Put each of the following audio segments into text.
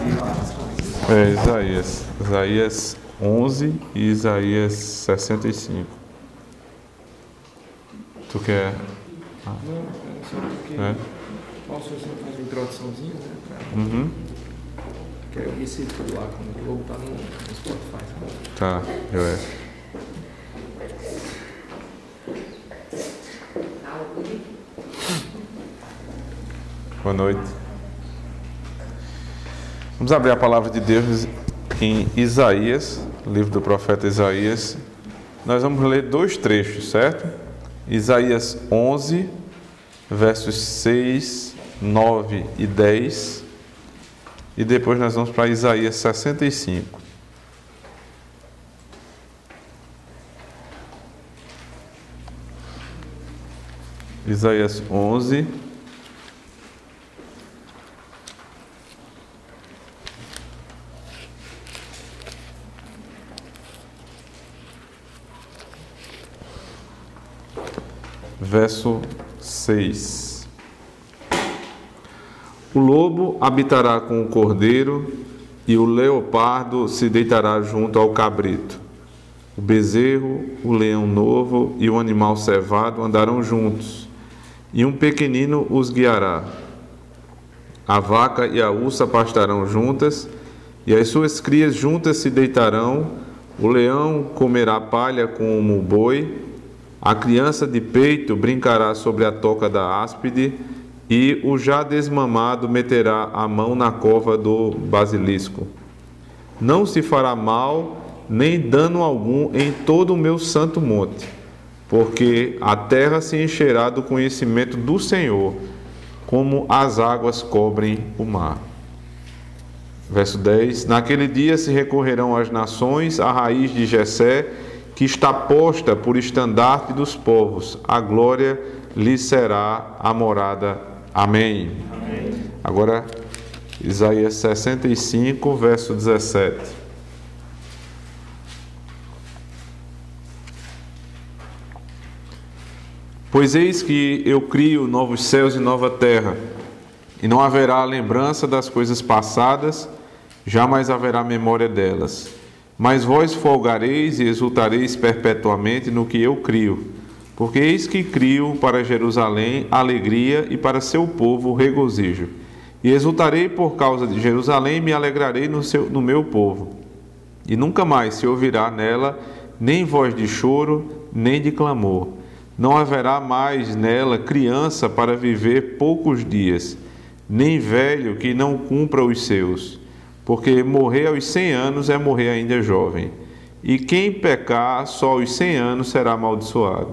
Isaías. Isaías 11 e Isaías 65. Tu quer? Não, é só porque o senhor sempre faz uma introduçãozinha, né? Uhum. Que eu recebi tudo lá quando eu vou botar no Spotify. Tá, Joé. Boa noite. Vamos abrir a palavra de Deus em Isaías, livro do profeta Isaías. Nós vamos ler dois trechos, certo? Isaías 11, versos 6, 9 e 10. E depois nós vamos para Isaías 65. Isaías 11. Verso 6. O lobo habitará com o cordeiro, e o leopardo se deitará junto ao cabrito. O bezerro, o leão novo e o animal cevado andarão juntos, e um pequenino os guiará. A vaca e a ursa pastarão juntas, e as suas crias juntas se deitarão. O leão comerá palha como o boi. A criança de peito brincará sobre a toca da áspide, e o já desmamado meterá a mão na cova do basilisco. Não se fará mal, nem dano algum em todo o meu santo monte, porque a terra se encherá do conhecimento do Senhor, como as águas cobrem o mar. Verso 10. Naquele dia se recorrerão as nações à raiz de Jessé, que está posta por estandarte dos povos. A glória lhe será a morada. Amém. Amém. Agora, Isaías 65, verso 17. Pois eis que eu crio novos céus e nova terra, e não haverá lembrança das coisas passadas, jamais haverá memória delas. Mas vós folgareis e exultareis perpetuamente no que eu crio, porque eis que crio para Jerusalém alegria e para seu povo regozijo. E exultarei por causa de Jerusalém e me alegrarei no meu povo. E nunca mais se ouvirá nela nem voz de choro, nem de clamor. Não haverá mais nela criança para viver poucos dias, nem velho que não cumpra os seus. Porque morrer aos 100 anos é morrer ainda jovem, e quem pecar só aos 100 anos será amaldiçoado.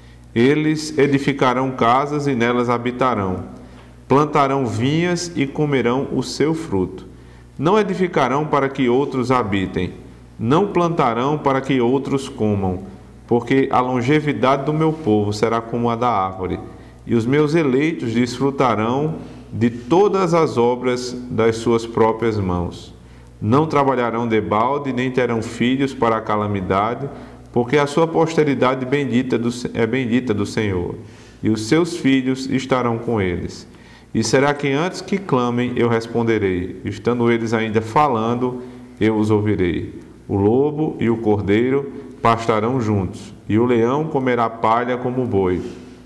Eles edificarão casas e nelas habitarão, plantarão vinhas e comerão o seu fruto. Não edificarão para que outros habitem, não plantarão para que outros comam, porque a longevidade do meu povo será como a da árvore, e os meus eleitos desfrutarão de todas as obras das suas próprias mãos. Não trabalharão debalde, nem terão filhos para a calamidade, porque a sua posteridade é bendita do Senhor, e os seus filhos estarão com eles. E será que antes que clamem, eu responderei, estando eles ainda falando, eu os ouvirei. O lobo e o cordeiro pastarão juntos, e o leão comerá palha como o boi.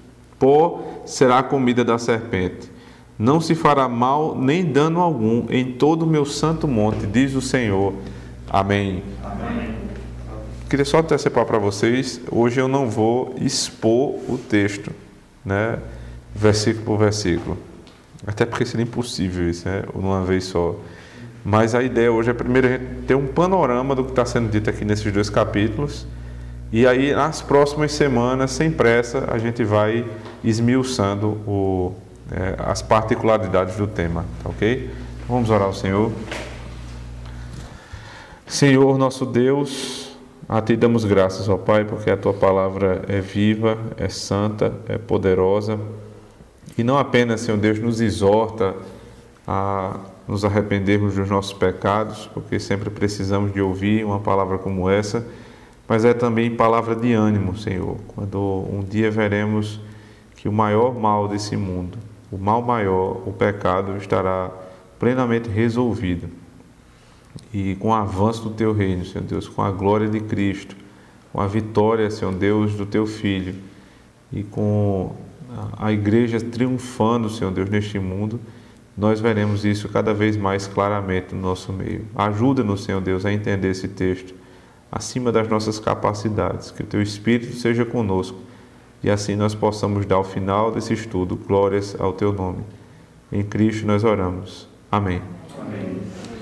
Pó será a comida da serpente. Não se fará mal nem dano algum em todo o meu santo monte, diz o Senhor. Amém. Amém. Queria só antecipar para vocês, hoje eu não vou expor o texto, né, versículo por versículo. Até porque seria impossível isso, né, uma vez só. Mas a ideia hoje é primeiro a gente ter um panorama do que está sendo dito aqui nesses dois capítulos. E aí, nas próximas semanas, sem pressa, a gente vai esmiuçando as particularidades do tema, tá ok? Vamos orar ao Senhor. Senhor, nosso Deus, a Ti damos graças, ó Pai, porque a Tua palavra é viva, é santa, é poderosa. E não apenas, Senhor Deus, nos exorta a nos arrependermos dos nossos pecados, porque sempre precisamos de ouvir uma palavra como essa, mas é também palavra de ânimo, Senhor, quando um dia veremos que o maior mal desse mundo, o mal maior, o pecado, estará plenamente resolvido. e com o avanço do Teu reino, Senhor Deus, com a glória de Cristo, com a vitória, Senhor Deus, do Teu Filho e com a igreja triunfando, Senhor Deus, neste mundo, nós veremos isso cada vez mais claramente no nosso meio. Ajuda-nos, Senhor Deus, a entender esse texto acima das nossas capacidades, que o Teu Espírito seja conosco e assim nós possamos dar ao final desse estudo glórias ao Teu nome. Em Cristo nós oramos. Amém. Amém.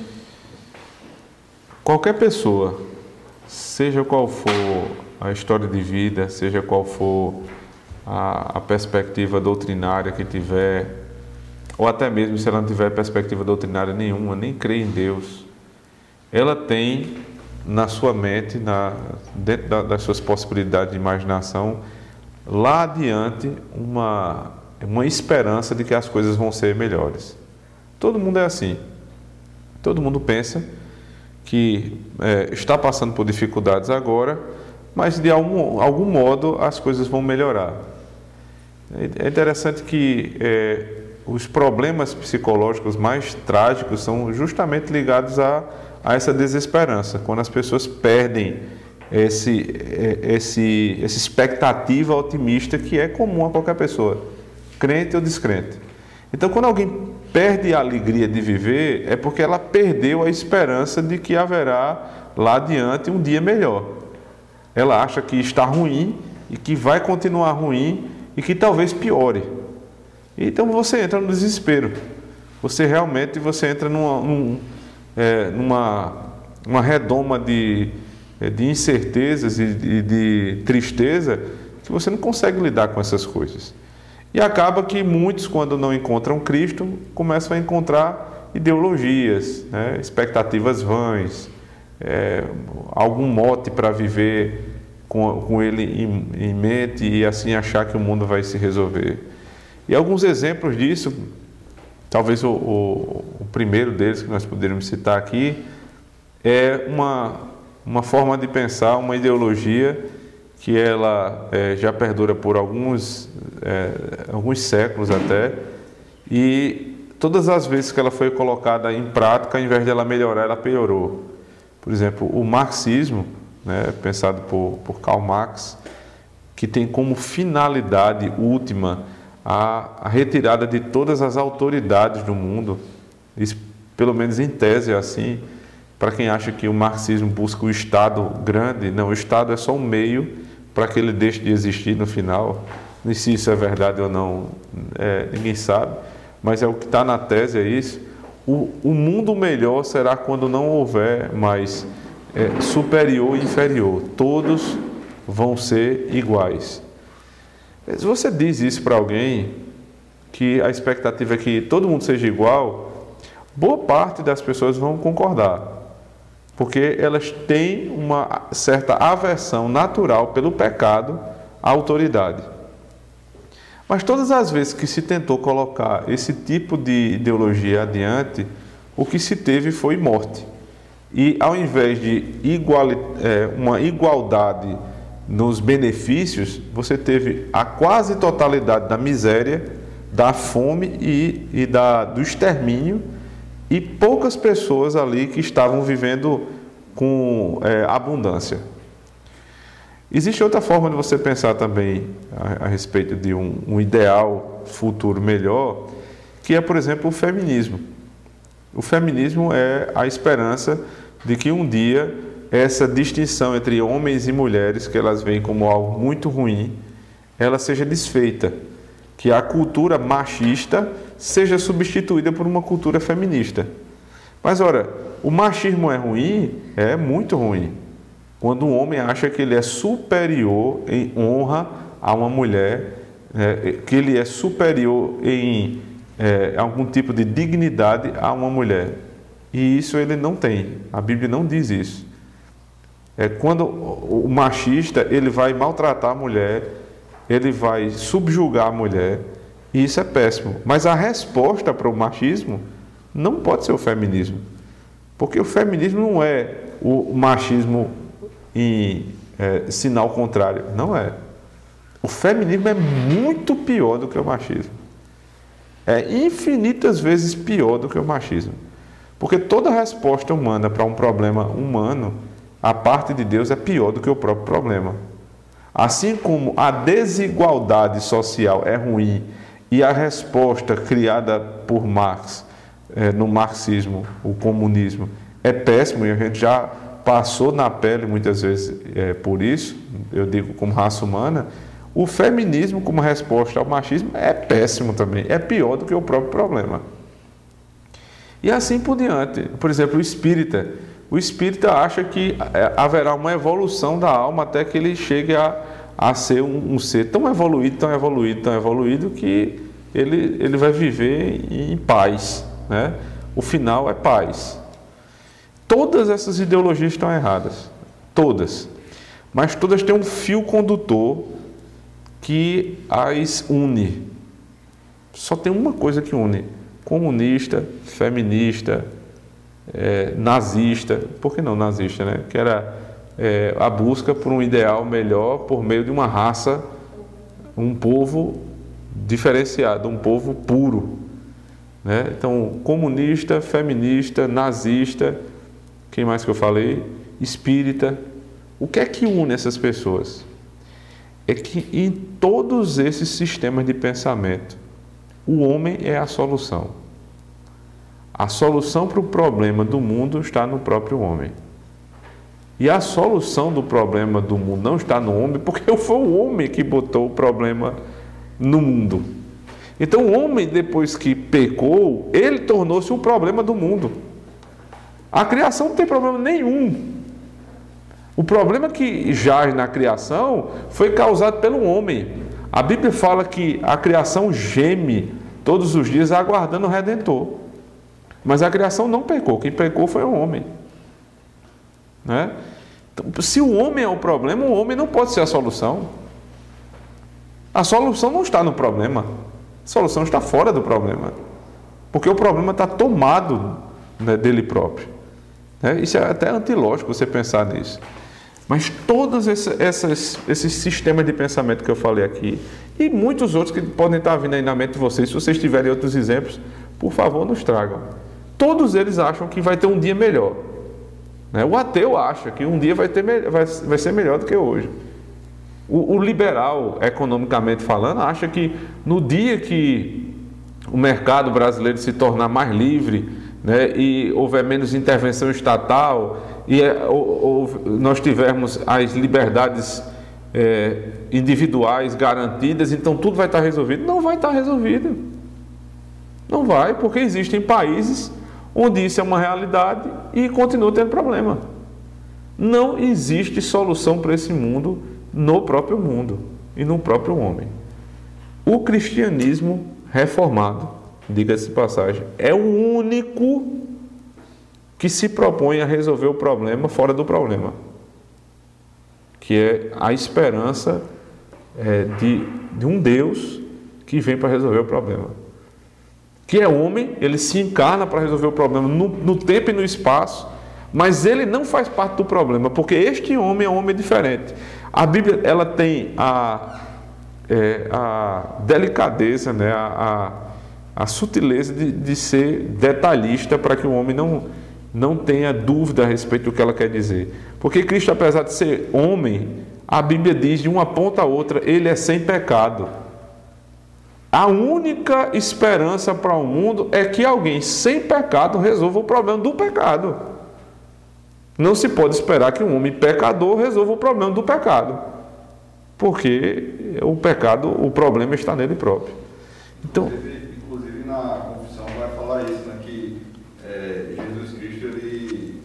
Qualquer pessoa, seja qual for a história de vida, seja qual for a perspectiva doutrinária que tiver, ou até mesmo se ela não tiver perspectiva doutrinária nenhuma, nem crê em Deus, ela tem na sua mente, dentro das suas possibilidades de imaginação, lá adiante uma esperança de que as coisas vão ser melhores. Todo mundo é assim. Todo mundo pensa que está passando por dificuldades agora, mas de algum modo as coisas vão melhorar. É interessante que os problemas psicológicos mais trágicos são justamente ligados a essa desesperança, quando as pessoas perdem essa expectativa otimista que é comum a qualquer pessoa, crente ou descrente. Então, quando alguém perde a alegria de viver, é porque ela perdeu a esperança de que haverá lá adiante um dia melhor. Ela acha que está ruim e que vai continuar ruim e que talvez piore. Então você entra no desespero. Você entra numa redoma de incertezas e de tristeza que você não consegue lidar com essas coisas. E acaba que muitos, quando não encontram Cristo, começam a encontrar ideologias, expectativas vãs, algum mote para viver com ele em mente e assim achar que o mundo vai se resolver. E alguns exemplos disso, talvez o primeiro deles que nós poderíamos citar aqui, é uma forma de pensar, uma ideologia que ela já perdura por alguns séculos até, e todas as vezes que ela foi colocada em prática, ao invés de ela melhorar, ela piorou. Por exemplo, o marxismo, pensado por Karl Marx, que tem como finalidade última a retirada de todas as autoridades do mundo, isso, pelo menos em tese é assim. Para quem acha que o marxismo busca o Estado grande, não, o Estado é só um meio para que ele deixe de existir no final. E se isso é verdade ou não, ninguém sabe, mas é o que está na tese, é isso. O mundo melhor será quando não houver mais superior e inferior. Todos vão ser iguais. Se você diz isso para alguém, que a expectativa é que todo mundo seja igual, boa parte das pessoas vão concordar. Porque elas têm uma certa aversão natural pelo pecado à autoridade. Mas todas as vezes que se tentou colocar esse tipo de ideologia adiante, o que se teve foi morte. E ao invés de uma igualdade nos benefícios, você teve a quase totalidade da miséria, da fome e do extermínio, e poucas pessoas ali que estavam vivendo com abundância. Existe outra forma de você pensar também a respeito de um ideal futuro melhor, que é, por exemplo, o feminismo. O feminismo é a esperança de que um dia essa distinção entre homens e mulheres, que elas veem como algo muito ruim, ela seja desfeita. Que a cultura machista seja substituída por uma cultura feminista. Mas, ora, o machismo é ruim? É muito ruim. Quando um homem acha que ele é superior em honra a uma mulher, que ele é superior em algum tipo de dignidade a uma mulher. E isso ele não tem. A Bíblia não diz isso. Quando o machista ele vai maltratar a mulher, ele vai subjugar a mulher, e isso é péssimo. Mas a resposta para o machismo não pode ser o feminismo. Porque o feminismo não é o machismo em sinal contrário. Não é. O feminismo é muito pior do que o machismo. É infinitas vezes pior do que o machismo. Porque toda resposta humana para um problema humano, a parte de Deus é pior do que o próprio problema. Assim como a desigualdade social é ruim e a resposta criada por Marx, no marxismo, o comunismo, é péssimo, e a gente já passou na pele muitas vezes por isso, eu digo como raça humana, o feminismo como resposta ao machismo é péssimo também, é pior do que o próprio problema. E assim por diante. Por exemplo, o espírita acha que haverá uma evolução da alma até que ele chegue a ser um ser tão evoluído, tão evoluído, tão evoluído, que ele vai viver em paz, né? O final é paz. Todas essas ideologias estão erradas, todas, mas todas têm um fio condutor que as une. Só tem uma coisa que une: comunista, feminista, nazista. Por que não nazista, né? Que era a busca por um ideal melhor por meio de uma raça, um povo diferenciado, um povo puro, né? Então, comunista, feminista, nazista, quem mais que eu falei? Espírita. O que é que une essas pessoas? É que em todos esses sistemas de pensamento, o homem é a solução. A solução para o problema do mundo está no próprio homem. E a solução do problema do mundo não está no homem, porque foi o homem que botou o problema no mundo. Então o homem, depois que pecou, ele tornou-se o problema do mundo. A criação não tem problema nenhum. O problema que jaz na criação foi causado pelo homem. A Bíblia fala que a criação geme todos os dias aguardando o Redentor. Mas a criação não pecou. Quem pecou foi o homem, né? Então, se o homem é o problema, o homem não pode ser a solução. A solução não está no problema. A solução está fora do problema. Porque o problema está tomado, né, dele próprio. Isso é até antilógico você pensar nisso. Mas todos esses sistemas de pensamento que eu falei aqui, e muitos outros que podem estar vindo aí na mente de vocês, se vocês tiverem outros exemplos, por favor, nos tragam. Todos eles acham que vai ter um dia melhor. O ateu acha que um dia vai ser melhor do que hoje. O liberal, economicamente falando, acha que no dia que o mercado brasileiro se tornar mais livre, né, e houver menos intervenção estatal, e nós tivermos as liberdades individuais garantidas, então tudo vai estar resolvido. Não vai estar resolvido. Não vai, porque existem países onde isso é uma realidade e continua tendo problema. Não existe solução para esse mundo no próprio mundo e no próprio homem. O cristianismo reformado, diga-se de passagem, é o único que se propõe a resolver o problema fora do problema, que é a esperança de um Deus que vem para resolver o problema. Que é homem, ele se encarna para resolver o problema no tempo e no espaço, mas ele não faz parte do problema, porque este homem é um homem diferente. A Bíblia, ela tem a delicadeza, né, a sutileza de ser detalhista para que o homem não tenha dúvida a respeito do que ela quer dizer. Porque Cristo, apesar de ser homem, a Bíblia diz de uma ponta a outra, ele é sem pecado. A única esperança para o mundo é que alguém sem pecado resolva o problema do pecado. Não se pode esperar que um homem pecador resolva o problema do pecado, porque o pecado, o problema está nele próprio. Então, inclusive na confissão vai falar isso, né, que Jesus Cristo ele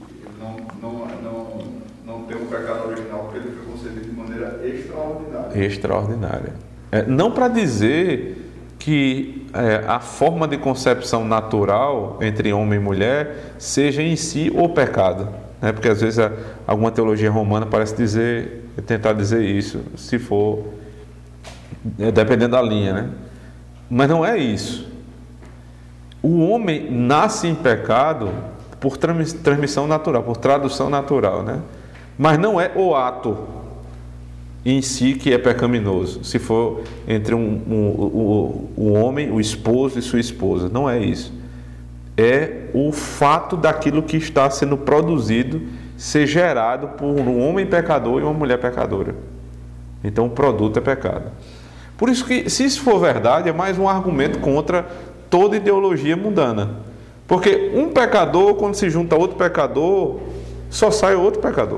não tem um pecado original, porque ele foi concebido de maneira extraordinária. Extraordinária. Não para dizer que a forma de concepção natural entre homem e mulher seja em si o pecado, né? Porque às vezes alguma teologia romana parece tentar dizer isso, se for dependendo da linha, né? Mas não é isso. O homem nasce em pecado por transmissão natural, por tradução natural, né? Mas não é o ato em si que é pecaminoso, se for entre o homem, o esposo e sua esposa. Não é isso. é o fato daquilo que está sendo produzido ser gerado por um homem pecador e uma mulher pecadora. Então o produto é pecado. Por isso que, se isso for verdade, é mais um argumento contra toda ideologia mundana. Porque um pecador, quando se junta a outro pecador, só sai outro pecador.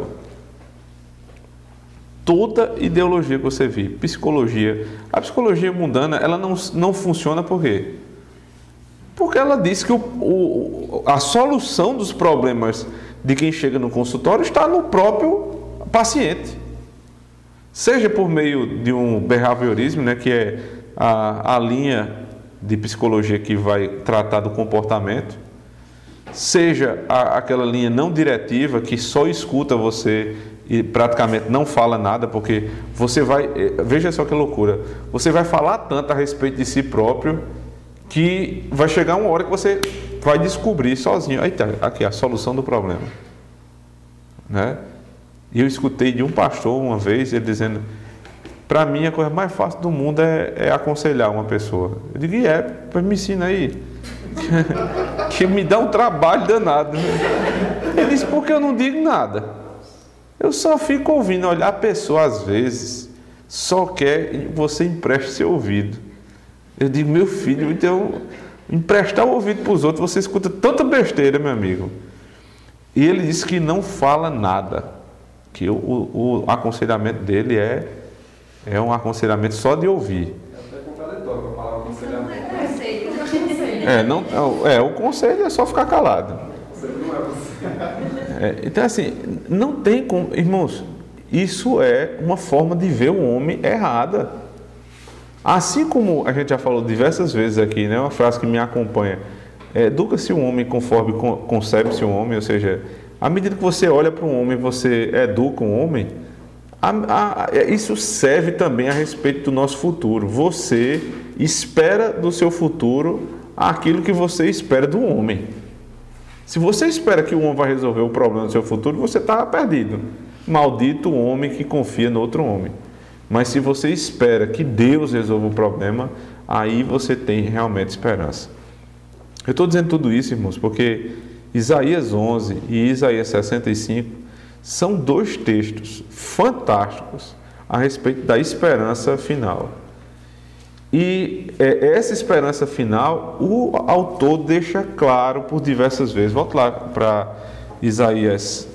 Toda ideologia que você vê, psicologia, a psicologia mundana, ela não funciona por quê? Porque ela diz que a solução dos problemas de quem chega no consultório está no próprio paciente. Seja por meio de um behaviorismo, né, que é a linha de psicologia que vai tratar do comportamento, seja aquela linha não diretiva que só escuta você e praticamente não fala nada, porque você vai, veja só que loucura, você vai falar tanto a respeito de si próprio que vai chegar uma hora que você vai descobrir sozinho, aí tá, aqui a solução do problema, né? E eu escutei de um pastor uma vez, ele dizendo, para mim a coisa mais fácil do mundo é aconselhar uma pessoa. Eu digo, pois me ensina aí. Que me dá um trabalho danado. Ele disse, porque eu não digo nada. Eu só fico ouvindo. Olha, a pessoa às vezes só quer que você empreste seu ouvido. Eu digo, meu filho, então emprestar o ouvido para os outros, você escuta tanta besteira, meu amigo. E ele disse que não fala nada. Que o aconselhamento dele é um aconselhamento só de ouvir. É até contraditório com a palavra aconselhamento. O conselho é só ficar calado. O conselho não é você. Então, assim, não tem como... Irmãos, isso é uma forma de ver o homem errada. Assim como a gente já falou diversas vezes aqui, né, uma frase que me acompanha, educa-se o homem conforme concebe-se o homem, ou seja, à medida que você olha para um homem, você educa um homem, isso serve também a respeito do nosso futuro. Você espera do seu futuro aquilo que você espera do homem. Se você espera que o homem vai resolver o problema do seu futuro, você está perdido. Maldito o homem que confia no outro homem. Mas se você espera que Deus resolva o problema, aí você tem realmente esperança. Eu estou dizendo tudo isso, irmãos, porque Isaías 11 e Isaías 65 são dois textos fantásticos a respeito da esperança final. E essa esperança final, o autor deixa claro por diversas vezes. Volto lá para Isaías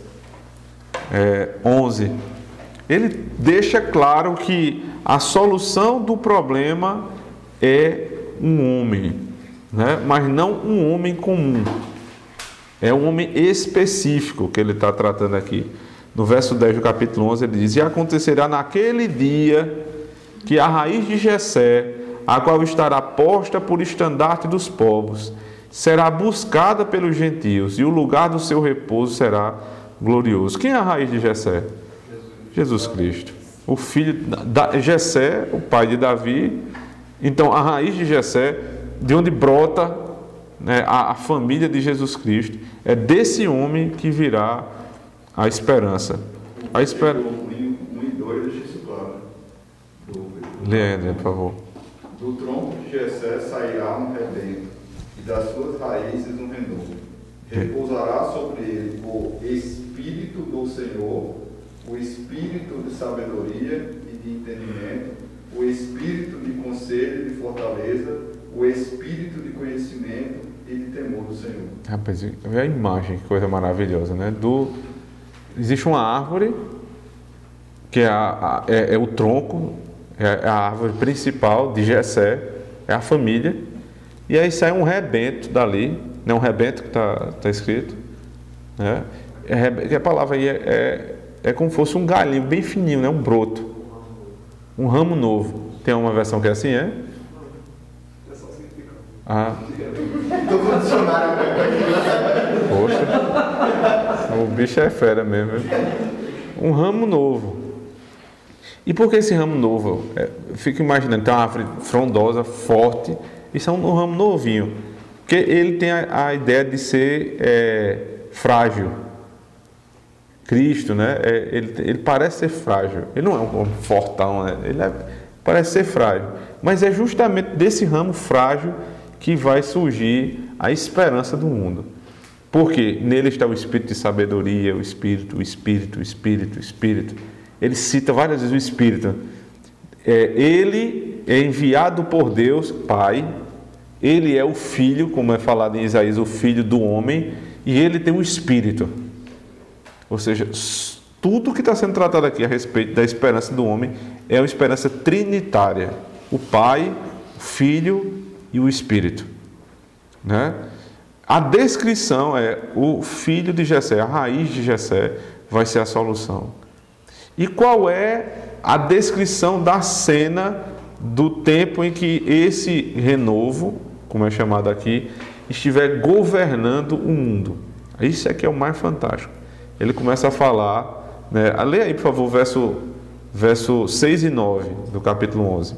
11. Ele deixa claro que a solução do problema é um homem, né? Mas não um homem comum. É um homem específico que ele está tratando aqui. No verso 10 do capítulo 11 ele diz: E acontecerá naquele dia que a raiz de Jessé, a qual estará posta por estandarte dos povos, será buscada pelos gentios, e o lugar do seu repouso será glorioso. Quem é a raiz de Jessé? Jesus Cristo. O filho de Jessé, o pai de Davi. Então, a raiz de Jessé, de onde brota, né, a família de Jesus Cristo, é desse homem que virá a esperança. A esperança. 1 e 2 deixa isso claro. Leandro, por favor. Do tronco de Jessé sairá um rebento, e das suas raízes um renovo. Repousará sobre ele o Espírito do Senhor, o Espírito de sabedoria e de entendimento, o Espírito de conselho e de fortaleza, o Espírito de conhecimento e de temor do Senhor. Rapaz, vê a imagem, que coisa maravilhosa, né? Existe uma árvore, que é o tronco, é a árvore principal de Jessé, é a família, e aí sai um rebento dali, não é um rebento que está escrito, né? A palavra aí é como se fosse um galinho bem fininho, né? Um broto, um ramo novo. Tem uma versão que é assim, é? É só significado. Estou com o dicionário Poxa, o bicho é fera mesmo. Um ramo novo. E por que esse ramo novo? Fico imaginando, tem uma árvore frondosa, forte, isso é um ramo novinho. Porque ele tem a ideia de ser frágil. Cristo, né? Ele parece ser frágil. Ele não é um fortão, né? Ele parece ser frágil. Mas é justamente desse ramo frágil que vai surgir a esperança do mundo. Porque nele está o espírito de sabedoria, o espírito, o espírito, o espírito, o espírito. Ele cita várias vezes o espírito. Ele é enviado por Deus, Pai. Ele é o Filho, como é falado em Isaías, o Filho do homem. E ele tem o espírito. Ou seja, tudo que está sendo tratado aqui a respeito da esperança do homem é uma esperança trinitária. O Pai, o Filho e o Espírito. Né? A descrição é o filho de Jessé, a raiz de Jessé vai ser a solução. E qual é a descrição da cena do tempo em que esse renovo, como é chamado aqui, estiver governando o mundo? Isso é que é o mais fantástico. Ele começa a falar, né? Lê aí, por favor, verso 6 e 9 do capítulo 11.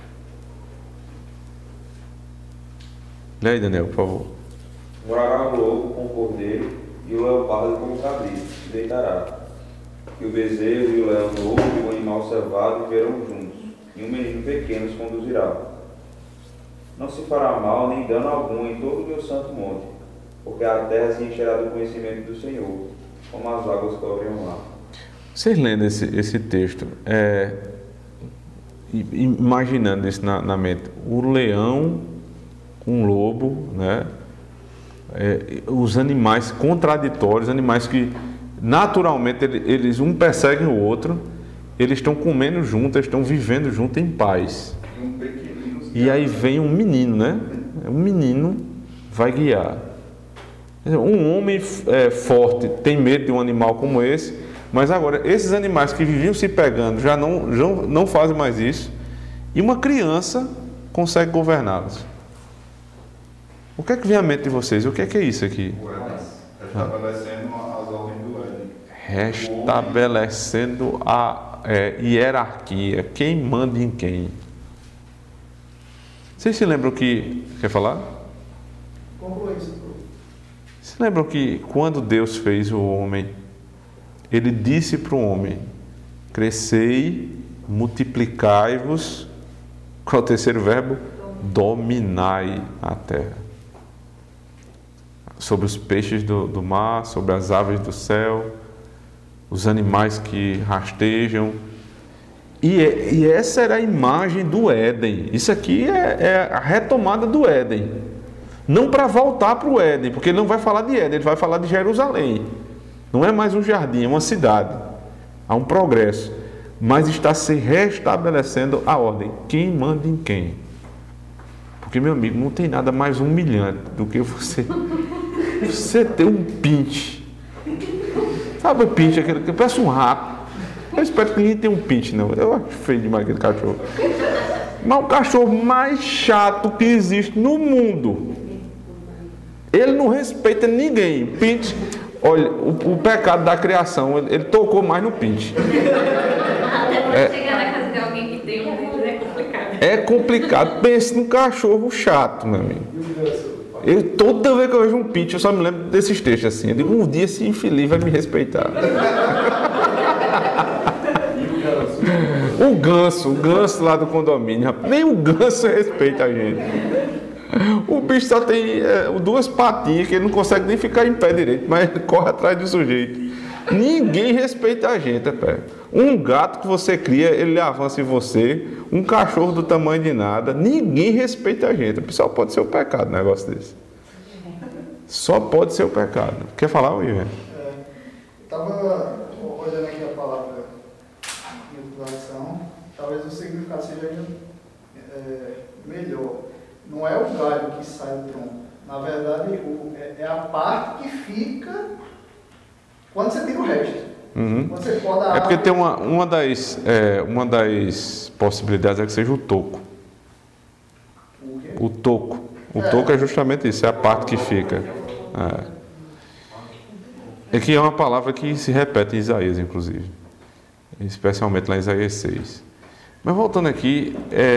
Lê aí, Daniel, por favor. Morará o lobo com o cordeiro e o leopardo com o cabrito, se deitará. E o bezerro e o leão novo e o animal selvagem viverão juntos, e um menino pequeno os conduzirá. Não se fará mal nem dano algum em todo o meu santo monte, porque a terra se encherá do conhecimento do Senhor, como as águas cobrem o mar. Vocês lendo esse texto, imaginando isso na mente, o leão, um lobo, né? Os animais contraditórios, animais que naturalmente eles um perseguem o outro, eles estão comendo junto, eles estão vivendo junto em paz. E aí vem um menino, né? Um menino vai guiar. Um homem forte tem medo de um animal como esse, mas agora esses animais que viviam se pegando já não fazem mais isso, e uma criança consegue governá-los. O que é que vem à mente de vocês? O que é isso aqui? Restabelecendo as ordens do Éden. Restabelecendo a hierarquia. Quem manda em quem? Vocês se lembram que... Quer falar? Conclui isso. Se lembram que quando Deus fez o homem, Ele disse para o homem: crescei, multiplicai-vos. Qual é o terceiro verbo? Dominai a terra. Sobre os peixes do mar, sobre as aves do céu, os animais que rastejam. E essa era a imagem do Éden. Isso aqui é a retomada do Éden. Não para voltar para o Éden, porque ele não vai falar de Éden, ele vai falar de Jerusalém. Não é mais um jardim, é uma cidade. Há um progresso. Mas está se restabelecendo a ordem. Quem manda em quem? Porque, meu amigo, não tem nada mais humilhante do que você ter um pinche. Sabe o pinche, aquele que parece um rato. Eu espero que ninguém tenha um pinche, não. Eu acho feio demais aquele cachorro. Mas o cachorro mais chato que existe no mundo. Ele não respeita ninguém. Pinche, olha, o pecado da criação, ele tocou mais no pinche. Até chegar na casa de alguém que tem um deles é complicado. É complicado. Pense num cachorro chato, meu amigo. Toda vez que eu vejo um pinche, eu só me lembro desses textos assim. Eu digo, um dia esse infeliz vai me respeitar. O ganso lá do condomínio, rapaz. Nem o ganso respeita a gente. O bicho só tem duas patinhas que ele não consegue nem ficar em pé direito, mas ele corre atrás do sujeito. Ninguém respeita a gente, pé. Um gato que você cria, ele avança em você. Um cachorro do tamanho de nada. Ninguém respeita a gente. Só pode ser o pecado um negócio desse. Só pode ser o pecado. Quer falar, William? Estava olhando aqui a palavra de utilização. Talvez o significado seja melhor. Não é o galho que sai do tronco. Na verdade, é a parte que fica quando você tira o resto. Uhum. Quando você poda a porque árvore, tem uma das possibilidades é que seja o toco. o quê? O toco. O toco é justamente isso, é a parte que fica. É que é uma palavra que se repete em Isaías, inclusive. Especialmente lá em Isaías 6. Mas voltando aqui,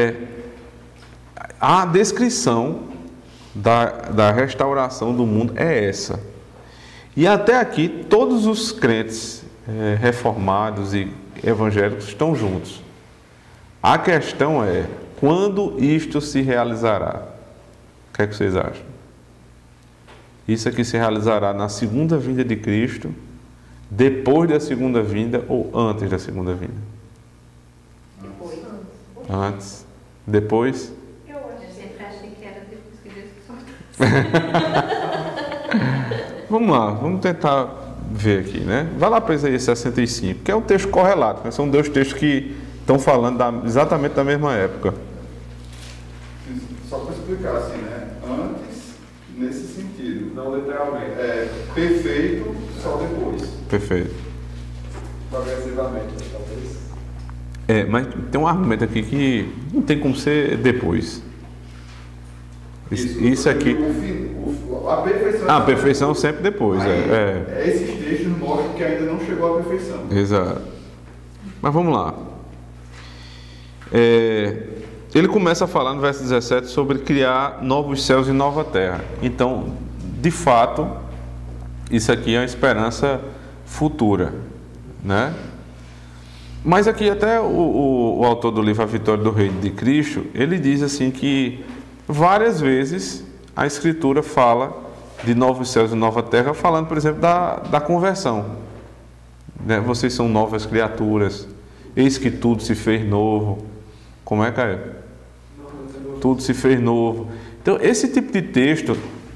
a descrição da restauração do mundo é essa. E até aqui, todos os crentes reformados e evangélicos estão juntos. A questão é, quando isto se realizará? O que é que vocês acham? Isso aqui se realizará na segunda vinda de Cristo, depois da segunda vinda ou antes da segunda vinda? Antes. Depois? Eu sempre achei que era depois que Deus solta. Vamos lá, vamos tentar ver aqui, né? Vai lá para Isaías 65, que é um texto correlato, né? São dois textos que estão falando exatamente da mesma época. Só para explicar assim, né? Antes, nesse sentido. Não literalmente. Perfeito, só depois. Perfeito. Progressivamente, talvez. Mas tem um argumento aqui que não tem como ser depois. Isso aqui. A perfeição. A perfeição sempre depois. Esses textos mostram que ainda não chegou à perfeição. Exato. Mas vamos lá. Ele começa a falar no verso 17 sobre criar novos céus e nova terra. Então, de fato, isso aqui é uma esperança futura, né? Mas aqui até o autor do livro A Vitória do Reino de Cristo, ele diz assim que várias vezes a Escritura fala de novos céus e nova terra, falando, por exemplo, da conversão, né? Vocês são novas criaturas, eis que tudo se fez novo. Como é, Caio? Tudo se fez novo. Então, esse tipo de texto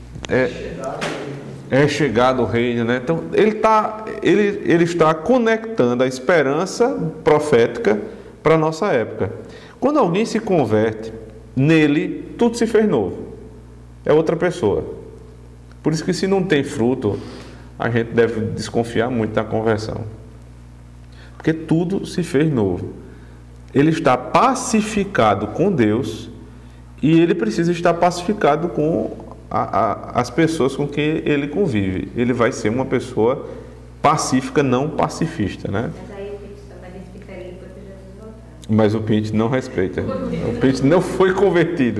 é chegado o reino, né? Então, ele está conectando a esperança profética para a nossa época. Quando alguém se converte, nele, tudo se fez novo. É outra pessoa. Por isso que se não tem fruto, a gente deve desconfiar muito da conversão. Porque tudo se fez novo. Ele está pacificado com Deus e ele precisa estar pacificado com as pessoas com quem ele convive. Ele vai ser uma pessoa pacífica, não pacifista, né? Mas aí o Pinto também respeitaria depois que Jesus voltar. Mas o Pinto não respeita. O Pinto não foi convertido.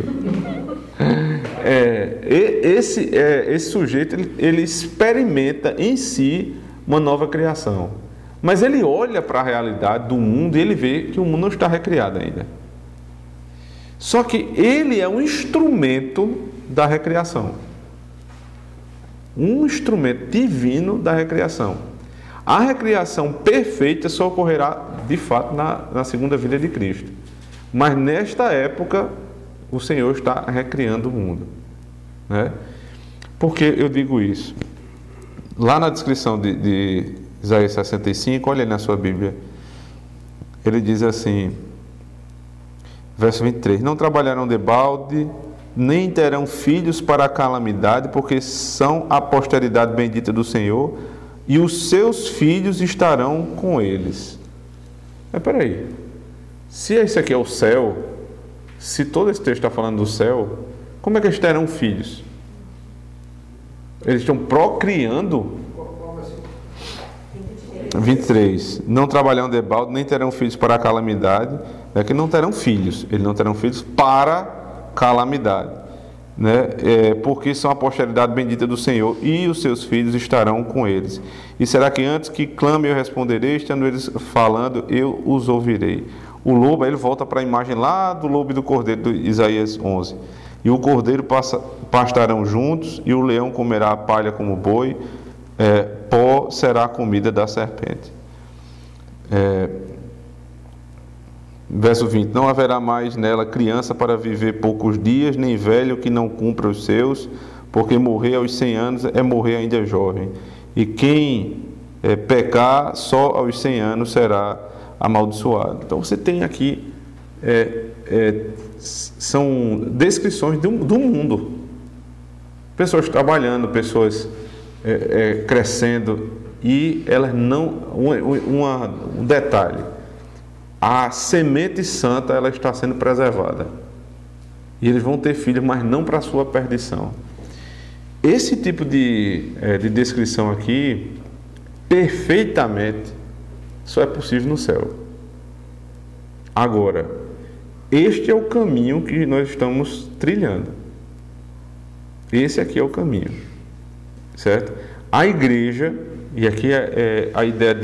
Esse sujeito, ele experimenta em si uma nova criação. Mas ele olha para a realidade do mundo e ele vê que o mundo não está recriado ainda. Só que ele é um instrumento da recriação. Um instrumento divino da recriação. A recriação perfeita só ocorrerá, de fato, na segunda vinda de Cristo. Mas nesta época, o Senhor está recriando o mundo, né? Por que eu digo isso? Lá na descrição de Isaías 65, olha aí na sua Bíblia, ele diz assim, verso 23, não trabalharão de balde, nem terão filhos para a calamidade, porque são a posteridade bendita do Senhor, e os seus filhos estarão com eles. Mas peraí, se esse aqui é o céu, se todo esse texto está falando do céu, como é que eles terão filhos? Eles estão procriando. 23. Não trabalharão de balde, nem terão filhos para a calamidade. É que não terão filhos. Eles não terão filhos para calamidade, né? Porque são a posteridade bendita do Senhor, e os seus filhos estarão com eles. E será que antes que clame eu responderei, estando eles falando, eu os ouvirei. O lobo, aí ele volta para a imagem lá do lobo e do cordeiro de Isaías 11. E o cordeiro pastarão juntos, e o leão comerá a palha como boi, pó será a comida da serpente. Verso 20, não haverá mais nela criança para viver poucos dias, nem velho que não cumpra os seus, porque morrer aos 100 anos é morrer ainda jovem. E quem pecar só aos 100 anos será amaldiçoado. Então você tem aqui são descrições do mundo, pessoas trabalhando, pessoas crescendo, e elas não, um detalhe, a semente santa, ela está sendo preservada, e eles vão ter filhos, mas não para a sua perdição. Esse tipo de descrição aqui, perfeitamente, só é possível no céu. Agora, este é o caminho que nós estamos trilhando. Esse aqui é o caminho, certo? A igreja, e aqui é a ideia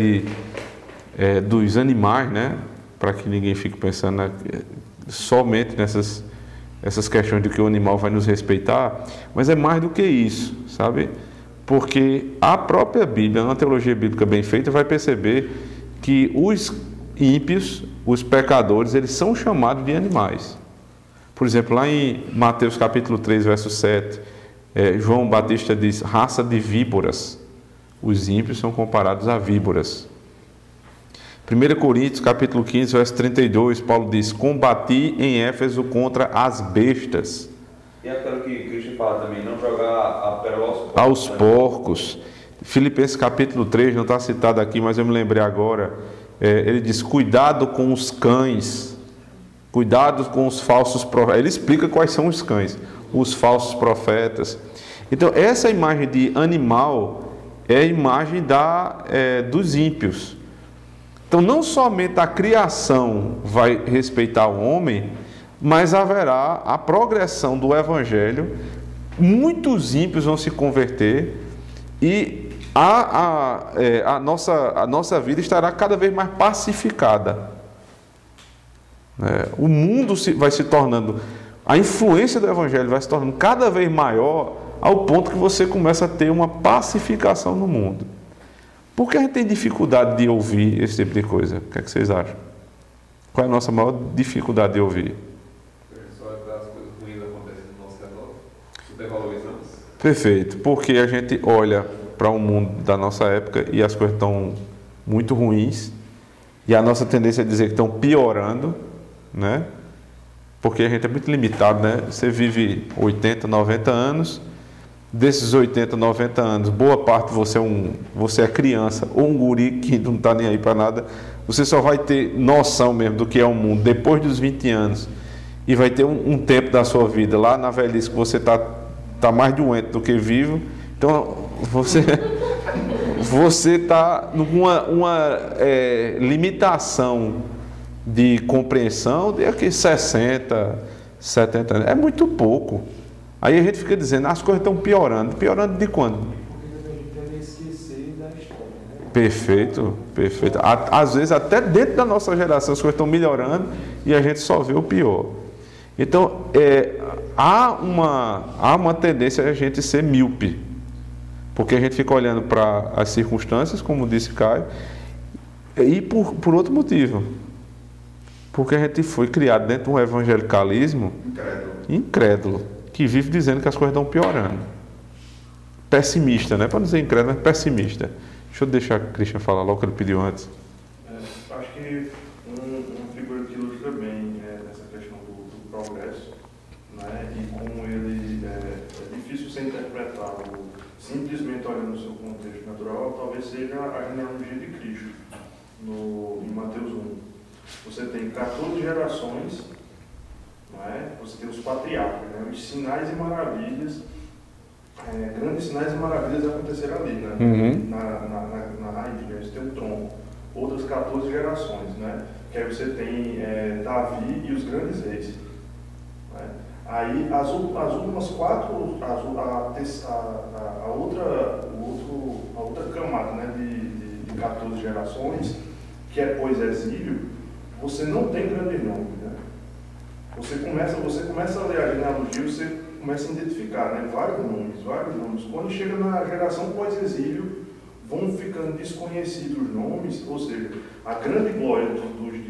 dos animais, né? Para que ninguém fique pensando somente essas questões de que o animal vai nos respeitar, mas é mais do que isso, sabe? Porque a própria Bíblia, uma teologia bíblica bem feita, vai perceber que os ímpios, os pecadores, eles são chamados de animais. Por exemplo, lá em Mateus capítulo 3, verso 7, João Batista diz, raça de víboras. Os ímpios são comparados a víboras. 1 Coríntios capítulo 15, verso 32, Paulo diz, combati em Éfeso contra as bestas. E aquilo que Cristo fala também, não jogar a pérola aos porcos. Filipenses capítulo 3, não está citado aqui, mas eu me lembrei agora. Ele diz, cuidado com os cães, cuidado com os falsos profetas. Ele explica quais são os cães, os falsos profetas. Então, essa imagem de animal é a imagem dos ímpios. Então, não somente a criação vai respeitar o homem, mas haverá a progressão do Evangelho, muitos ímpios vão se converter e a nossa vida estará cada vez mais pacificada. O mundo vai se tornando, a influência do Evangelho vai se tornando cada vez maior, ao ponto que você começa a ter uma pacificação no mundo. Por que a gente tem dificuldade de ouvir esse tipo de coisa? O que é que vocês acham? Qual é a nossa maior dificuldade de ouvir? Perfeito, porque a gente olha para o mundo da nossa época e as coisas estão muito ruins e a nossa tendência é dizer que estão piorando, né? Porque a gente é muito limitado, né? Você vive 80, 90 anos, desses 80, 90 anos, boa parte você é criança ou um guri que não está nem aí para nada, você só vai ter noção mesmo do que é o mundo depois dos 20 anos e vai ter um tempo da sua vida lá na velhice que você está mais doente do que vivo, então você está numa limitação de compreensão de aqui 60, 70 anos, é muito pouco. Aí a gente fica dizendo, as coisas estão piorando. Piorando de quando? Porque a gente deve esquecer da história, né? Perfeito, perfeito. Às vezes até dentro da nossa geração as coisas estão melhorando e a gente só vê o pior. Então, há uma tendência a gente ser míope, porque a gente fica olhando para as circunstâncias, como disse Caio, e por outro motivo, porque a gente foi criado dentro de um evangelicalismo incrédulo, que vive dizendo que as coisas estão piorando. Pessimista, né? Para não dizer incrédulo, mas pessimista. Deixa eu deixar o Christian falar logo que ele pediu antes. Acho que uma figura que ilustra bem essa questão do progresso, né? E como ele é difícil ser interpretado simplesmente olhando o seu contexto natural, talvez seja a genealogia de Cristo, em Mateus 1. Você tem 14 gerações, não é? Você tem os patriarcas, né? Os sinais e maravilhas, grandes sinais e maravilhas aconteceram ali, né? Na raiz, né? Você tem o tronco, outras 14 gerações, né? Que aí você tem Davi e os grandes reis, né? Aí as últimas quatro, a outra camada, né? de 14 gerações, que é pós-exílio, você não tem grande nome, né? Você começa a ler a genealogia, você começa a identificar, né? vários nomes. Quando chega na geração pós-exílio, vão ficando desconhecidos os nomes, ou seja, a grande glória dos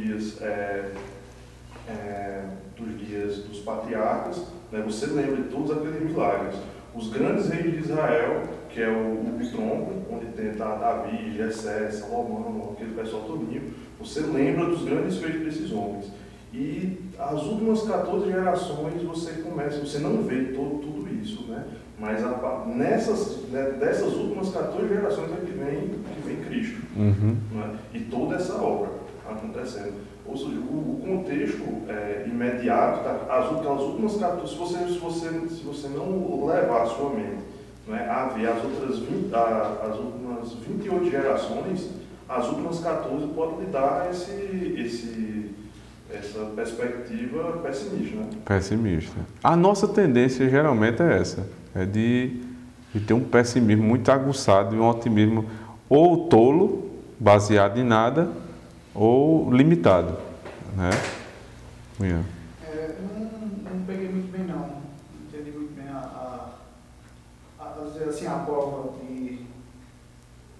dias dos patriarcas, né? Você lembra de todos aqueles milagres. Os grandes reis de Israel, que é o tronco, onde tem Davi, Jessé, Salomão, aquele pessoal todinho, você lembra dos grandes feitos desses homens. E as últimas 14 gerações você não vê tudo isso, né? Mas dessas últimas 14 gerações é que vem Cristo, né? E toda essa obra acontecendo. Ou seja, o contexto imediato, as últimas 14, se você não levar a sua mente, né, a ver as últimas 28 gerações, as últimas 14 podem lhe dar essa perspectiva pessimista, né? Pessimista. A nossa tendência geralmente é essa, de ter um pessimismo muito aguçado e um otimismo ou tolo, baseado em nada, ou limitado, né? Não peguei muito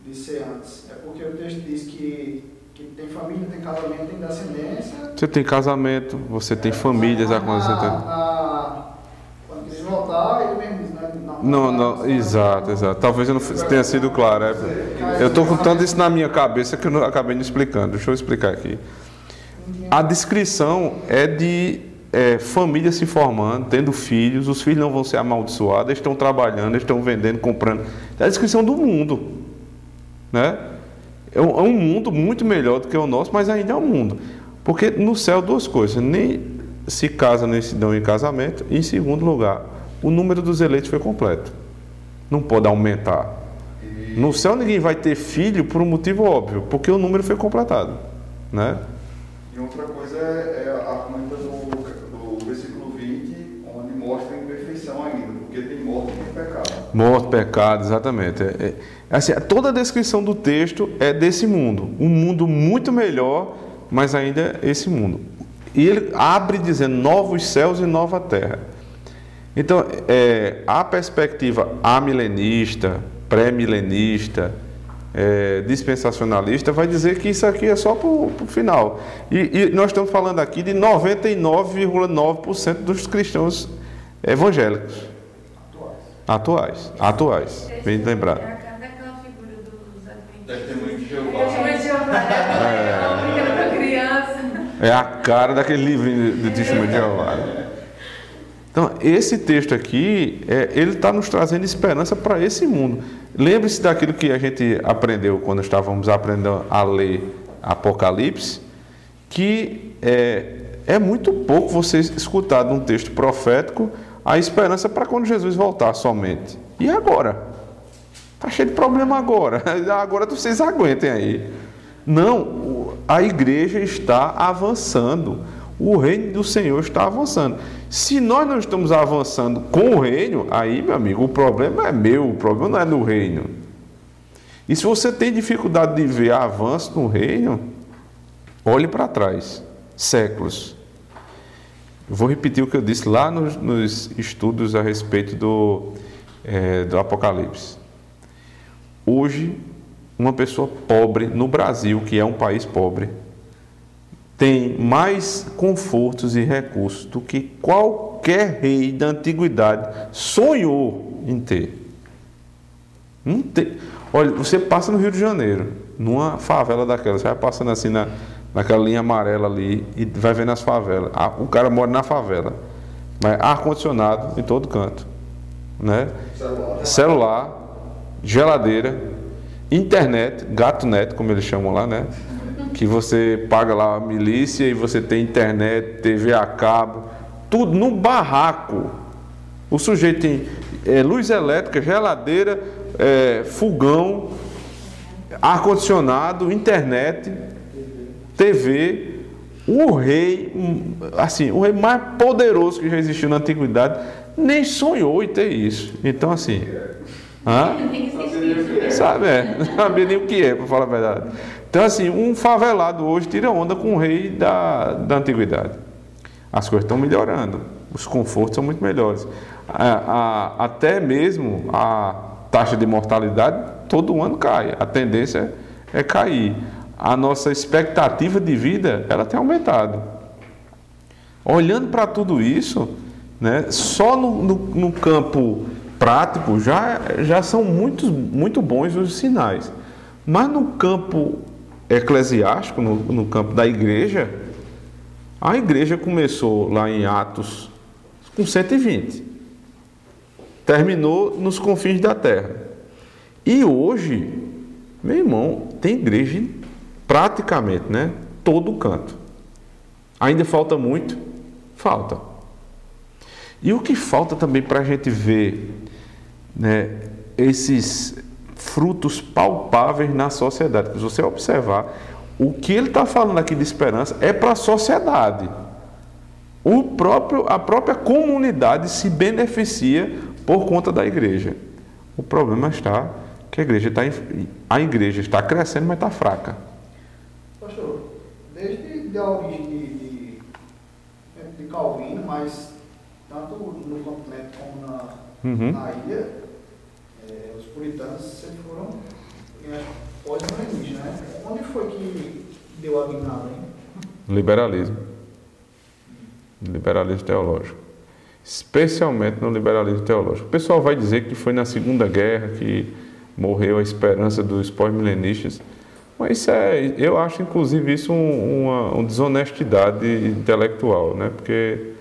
disse antes. É porque o texto diz que tem família, tem casamento, tem descendência. Você tem casamento, você tem famílias acontecendo. Quando quis voltar, ele mesmo diz, né? Não, exato. Talvez eu não tenha sido claro. Eu estou contando isso na minha cabeça que eu não acabei não explicando. Deixa eu explicar aqui. A descrição é de família se formando, tendo filhos, os filhos não vão ser amaldiçoados, eles estão trabalhando, eles estão vendendo, comprando. É a descrição do mundo, né? É um mundo muito melhor do que o nosso, mas ainda é um mundo. Porque no céu duas coisas, nem se casa nem se dão em casamento, e em segundo lugar, o número dos eleitos foi completo. Não pode aumentar. No céu ninguém vai ter filho por um motivo óbvio, porque o número foi completado, né? E outra coisa é a conta do versículo 20, onde mostra a imperfeição ainda, porque tem morte e tem pecado. Morte, pecado, exatamente. Assim, toda a descrição do texto é desse mundo. Um mundo muito melhor, mas ainda é esse mundo. E ele abre dizendo novos céus e nova terra. Então, a perspectiva amilenista, pré-milenista, dispensacionalista, vai dizer que isso aqui é só para o final. E nós estamos falando aqui de 99,9% dos cristãos evangélicos. Atuais. Bem lembrado. É a cara daquela figura dos adventistas. Testemunho de Jeová. Testemunho de Jeová. Brincadeira pra criança. É a cara daquele livrinho de Testemunho de Jeová. Então, esse texto aqui, ele está nos trazendo esperança para esse mundo. Lembre-se daquilo que a gente aprendeu quando estávamos aprendendo a ler Apocalipse, que é muito pouco você escutar de um texto profético a esperança para quando Jesus voltar somente. E agora? Está cheio de problema agora. Agora vocês aguentem aí. Não, a igreja está avançando. O reino do Senhor está avançando. Se nós não estamos avançando com o reino, aí, meu amigo, o problema é meu, o problema não é no reino. E se você tem dificuldade de ver avanço no reino, olhe para trás, séculos. Eu vou repetir o que eu disse lá nos estudos a respeito do Apocalipse. Hoje, uma pessoa pobre no Brasil, que é um país pobre, tem mais confortos e recursos do que qualquer rei da antiguidade sonhou em ter. Não tem. Olha, você passa no Rio de Janeiro, numa favela daquela, você vai passando assim naquela linha amarela ali e vai vendo as favelas. O cara mora na favela, mas ar-condicionado em todo canto, né? Celular, geladeira, internet, gato-net, como eles chamam lá, né? Que você paga lá a milícia e você tem internet, TV a cabo, tudo no barraco. O sujeito tem luz elétrica, geladeira, fogão, ar-condicionado, internet, TV. O rei, assim, o rei mais poderoso que já existiu na antiguidade, nem sonhou em ter isso. Então, assim, não sabia nem o que é, para falar a verdade. Então, assim, um favelado hoje tira onda com o rei da antiguidade. As coisas estão melhorando, os confortos são muito melhores. Até mesmo a taxa de mortalidade todo ano cai, a tendência é cair. A nossa expectativa de vida, ela tem aumentado. Olhando para tudo isso, né, só no campo prático já são muito bons os sinais. Mas no campo eclesiástico, no campo da igreja, a igreja começou lá em Atos com 120. Terminou nos confins da terra. E hoje, meu irmão, tem igreja em praticamente, né, todo canto. Ainda falta muito? Falta. E o que falta também para a gente ver, né, esses frutos palpáveis na sociedade? Se você observar, o que ele está falando aqui de esperança é para a sociedade. A própria comunidade se beneficia por conta da igreja. O problema está que a igreja está crescendo, mas está fraca. Pastor, desde a origem de Calvino, mas tanto no continente como na ilha, os puritanos sempre foram que deu a guinada, hein? Liberalismo. Liberalismo teológico. Especialmente no liberalismo teológico. O pessoal vai dizer que foi na Segunda Guerra que morreu a esperança dos pós-milenistas. Mas eu acho, inclusive, isso uma desonestidade intelectual, né? Porque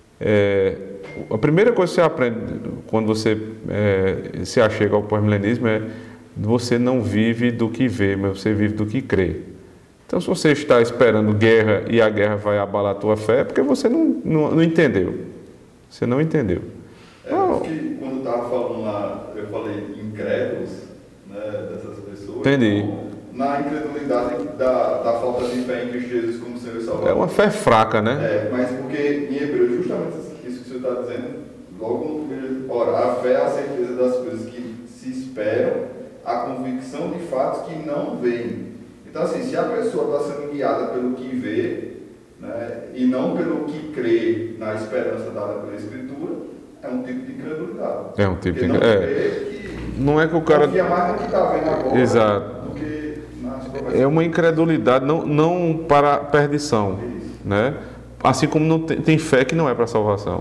a primeira coisa que você aprende quando você se achega ao pós-milenismo é você não vive do que vê, mas você vive do que crê. Então, se você está esperando guerra e a guerra vai abalar a tua fé, é porque você não entendeu. Você não entendeu. Porque quando eu estava falando lá, eu falei incrédulos, né, dessas pessoas. Entendi. Então, na incredulidade da falta de fé em Cristo Jesus como Senhor e Salvador. É uma fé fraca, né? Mas porque em Hebreu, justamente isso que o senhor está dizendo, logo no primeiro orar, a fé é a certeza das coisas que se esperam, a convicção de fatos que não veem. Então, assim, se a pessoa está sendo guiada pelo que vê, né, e não pelo que crê na esperança dada pela Escritura, é um tipo de incredulidade. É um tipo de incredulidade. Não é que o cara. Confia mais no que está vendo agora. Exato. Do que nas promessas. É uma incredulidade não para perdição, né? Assim como não tem fé que não é para salvação.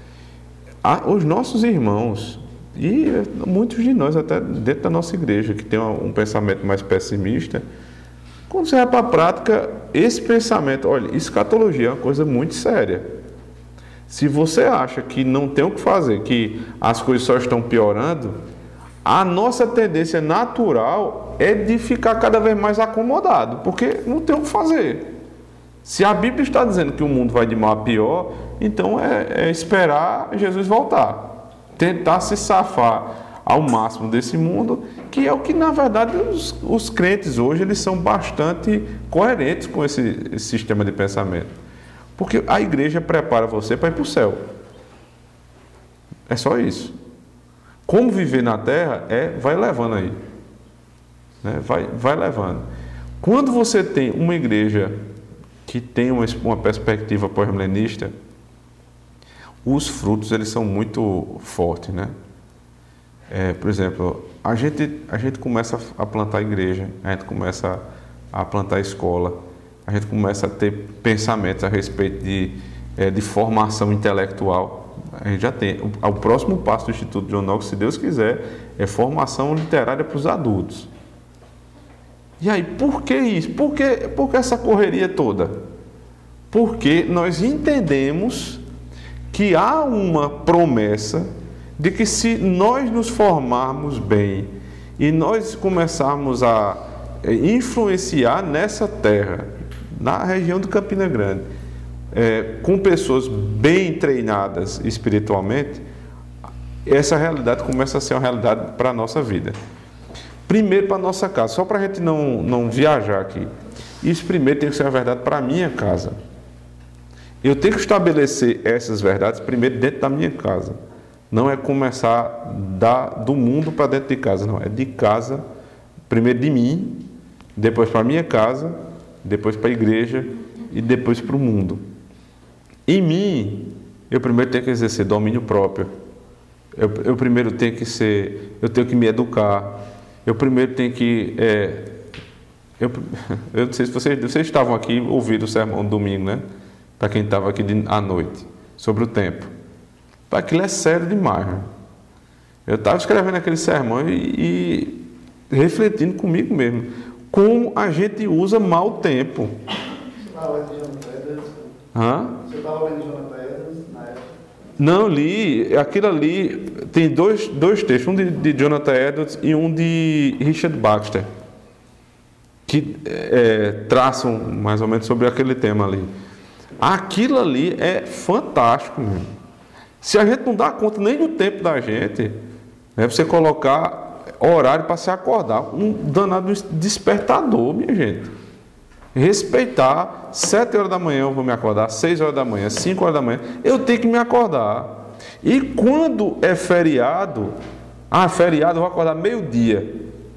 Os nossos irmãos, e muitos de nós, até dentro da nossa igreja, que tem um pensamento mais pessimista, quando você vai para a prática, esse pensamento, olha, escatologia é uma coisa muito séria. Se você acha que não tem o que fazer, que as coisas só estão piorando, a nossa tendência natural é de ficar cada vez mais acomodado, porque não tem o que fazer. Se a Bíblia está dizendo que o mundo vai de mal a pior, então é esperar Jesus voltar. Tentar se safar ao máximo desse mundo, que é o que, na verdade, os crentes hoje eles são bastante coerentes com esse sistema de pensamento. Porque a igreja prepara você para ir para o céu. É só isso. Como viver na terra vai levando aí. Né? Vai levando. Quando você tem uma igreja que tem uma perspectiva pós-milenista, os frutos eles são muito fortes, né? Por exemplo, a gente começa a plantar igreja, a gente começa a plantar escola, a gente começa a ter pensamentos a respeito de formação intelectual. A gente já tem. O próximo passo do Instituto John Knox, se Deus quiser, é formação literária para os adultos. E aí, por que isso? Por que essa correria toda? Porque nós entendemos que há uma promessa de que se nós nos formarmos bem e nós começarmos a influenciar nessa terra, na região de Campina Grande, com pessoas bem treinadas espiritualmente, essa realidade começa a ser uma realidade para a nossa vida. Primeiro para a nossa casa, só para a gente não viajar aqui. Isso primeiro tem que ser uma verdade para a minha casa. Eu tenho que estabelecer essas verdades primeiro dentro da minha casa. Não é começar do mundo para dentro de casa, não. É de casa, primeiro de mim, depois para a minha casa, depois para a igreja e depois para o mundo. Em mim, eu primeiro tenho que exercer domínio próprio. Eu primeiro tenho que me educar. Eu primeiro tenho que... eu não sei se vocês estavam aqui ouvindo o sermão do domingo, né? Para quem estava aqui à noite, sobre o tempo. Aquilo é sério demais. Né? Eu estava escrevendo aquele sermão e refletindo comigo mesmo. Como a gente usa mal o tempo. Você estava lendo Jonathan Edwards? Hã? Você estava lendo Jonathan Edwards na época? Não, li. Aquilo ali tem dois textos. Um de Jonathan Edwards e um de Richard Baxter. Que traçam mais ou menos sobre aquele tema ali. Aquilo ali é fantástico, mesmo. Se a gente não dá conta nem do tempo da gente, né, você colocar horário para se acordar, um danado despertador, minha gente. Respeitar, 7 horas da manhã eu vou me acordar, 6 horas da manhã, 5 horas da manhã, eu tenho que me acordar. E quando é feriado, feriado eu vou acordar meio-dia.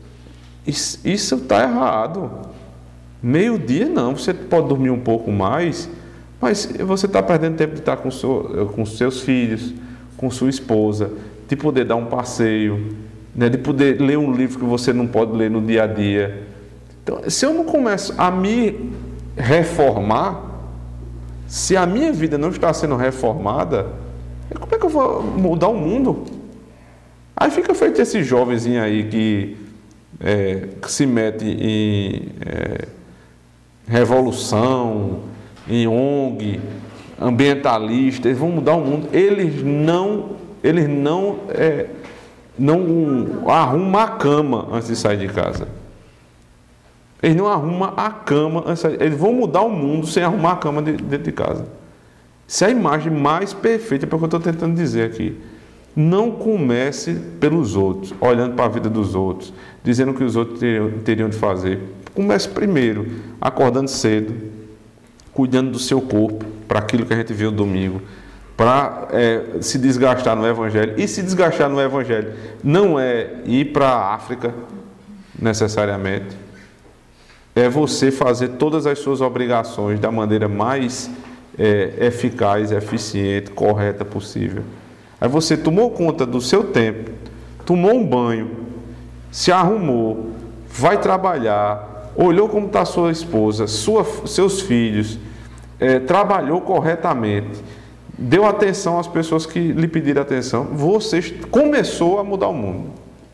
Isso está errado. Meio-dia não, você pode dormir um pouco mais, mas você está perdendo tempo de estar com seus filhos, com sua esposa, de poder dar um passeio, né, de poder ler um livro que você não pode ler no dia a dia. Então, se eu não começo a me reformar, se a minha vida não está sendo reformada, como é que eu vou mudar o mundo? Aí fica feito esse jovenzinho aí que se mete em revolução, em ONG, ambientalista, eles vão mudar o mundo. Eles não arrumam a cama antes de sair de casa. Eles não arrumam a cama antes de sair. Eles vão mudar o mundo sem arrumar a cama dentro de casa. Essa é a imagem mais perfeita para o que eu estou tentando dizer aqui. Não comece pelos outros, olhando para a vida dos outros, dizendo o que os outros teriam de fazer. Comece primeiro, acordando cedo, cuidando do seu corpo, para aquilo que a gente viu domingo, para se desgastar no Evangelho. E se desgastar no Evangelho não é ir para a África, necessariamente. É você fazer todas as suas obrigações da maneira mais eficaz, eficiente, correta possível. Aí você tomou conta do seu tempo, tomou um banho, se arrumou, vai trabalhar, olhou como está sua esposa, seus filhos, trabalhou corretamente, deu atenção às pessoas que lhe pediram atenção, você começou a mudar o mundo.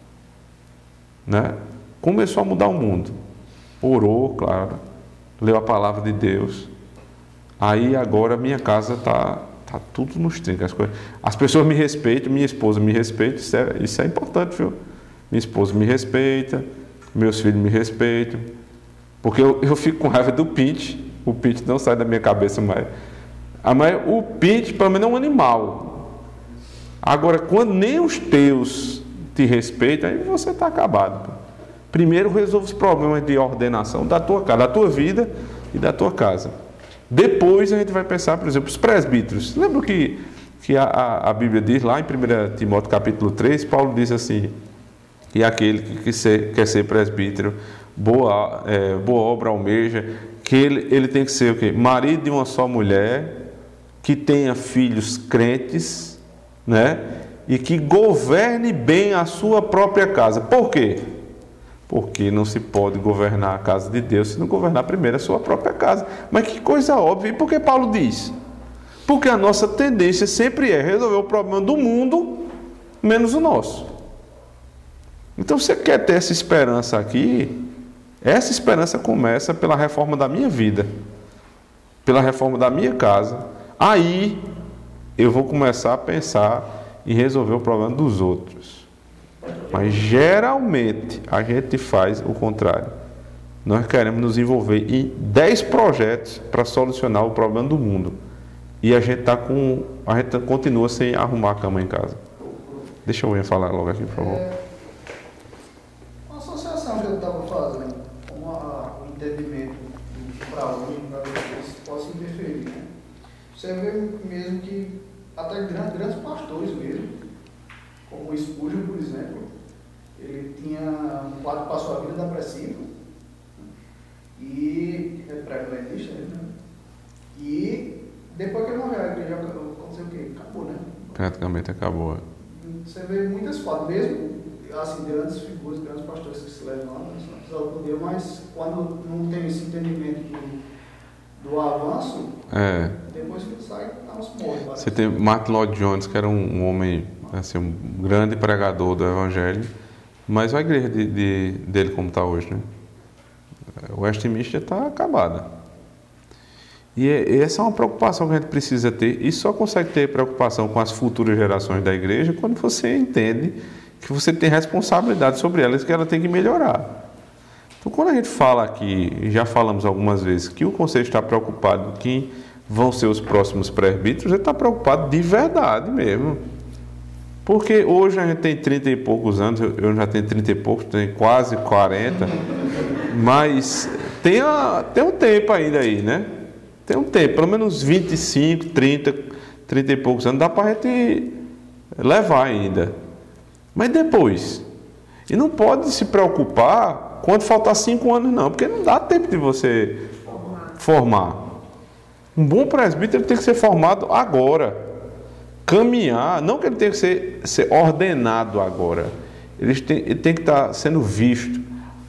Né? Começou a mudar o mundo. Orou, claro, leu a palavra de Deus. Aí agora minha casa está tudo nos trincos. As pessoas me respeitam, minha esposa me respeita, isso é importante, viu? Minha esposa me respeita, meus filhos me respeitam, porque eu fico com raiva do Pinte. O Pinte não sai da minha cabeça mais. Mas o Pinte, para mim, é um animal. Agora, quando nem os teus te respeitam, aí você está acabado. Primeiro resolva os problemas de ordenação da tua casa, da tua vida e da tua casa. Depois a gente vai pensar, por exemplo, os presbíteros. Lembra que a Bíblia diz lá em 1 Timóteo capítulo 3, Paulo diz assim, que aquele que quer ser presbítero, boa obra almeja, que ele tem que ser o quê? Marido de uma só mulher, que tenha filhos crentes, né? E que governe bem a sua própria casa. Por quê? Porque não se pode governar a casa de Deus se não governar primeiro a sua própria casa. Mas que coisa óbvia. E por que Paulo diz? Porque a nossa tendência sempre é resolver o problema do mundo, menos o nosso. Então, você quer ter essa esperança aqui? Essa esperança começa pela reforma da minha vida, pela reforma da minha casa. Aí, eu vou começar a pensar em resolver o problema dos outros. Mas geralmente a gente faz o contrário. Nós queremos nos envolver em 10 projetos para solucionar o problema do mundo. E a gente continua sem arrumar a cama em casa. Deixa eu falar logo aqui, por favor. Uma associação que eu estava fazendo, como o entendimento para hoje, para que possa interferir. Né? Você vê mesmo que até grandes pastores mesmo, como o Spurgeon, por exemplo, ele tinha um quadro para a sua vida depressiva e é pré-millenista, né? E depois que ele morreu, a igreja aconteceu o quê? Acabou, né? Praticamente acabou. Você vê muitas quadras, mesmo assim, grandes figuras, grandes pastores que se levantam, não poder, mas quando não tem esse entendimento do avanço, depois que ele sai, dá uns morros. Você tem Martin Lloyd Jones, que era um homem, assim, um grande pregador do Evangelho, mas a igreja dele como está hoje, né? O Westminster está acabada. E essa é uma preocupação que a gente precisa ter, e só consegue ter preocupação com as futuras gerações da igreja quando você entende que você tem responsabilidade sobre elas, que ela tem que melhorar. Então, quando a gente fala aqui, já falamos algumas vezes, que o conselho está preocupado com quem vão ser os próximos presbíteros, ele está preocupado de verdade mesmo. Porque hoje a gente tem 30 e poucos anos, eu já tenho 30 e poucos, tenho quase 40, mas tem um tempo ainda aí, né? Tem um tempo, pelo menos 25, 30 e poucos anos, dá para a gente levar ainda. Mas depois, e não pode se preocupar quando faltar 5 anos não, porque não dá tempo de você formar. Um bom presbítero tem que ser formado agora. Caminhar, não que ele tenha que ser ordenado agora, ele tem que estar sendo visto,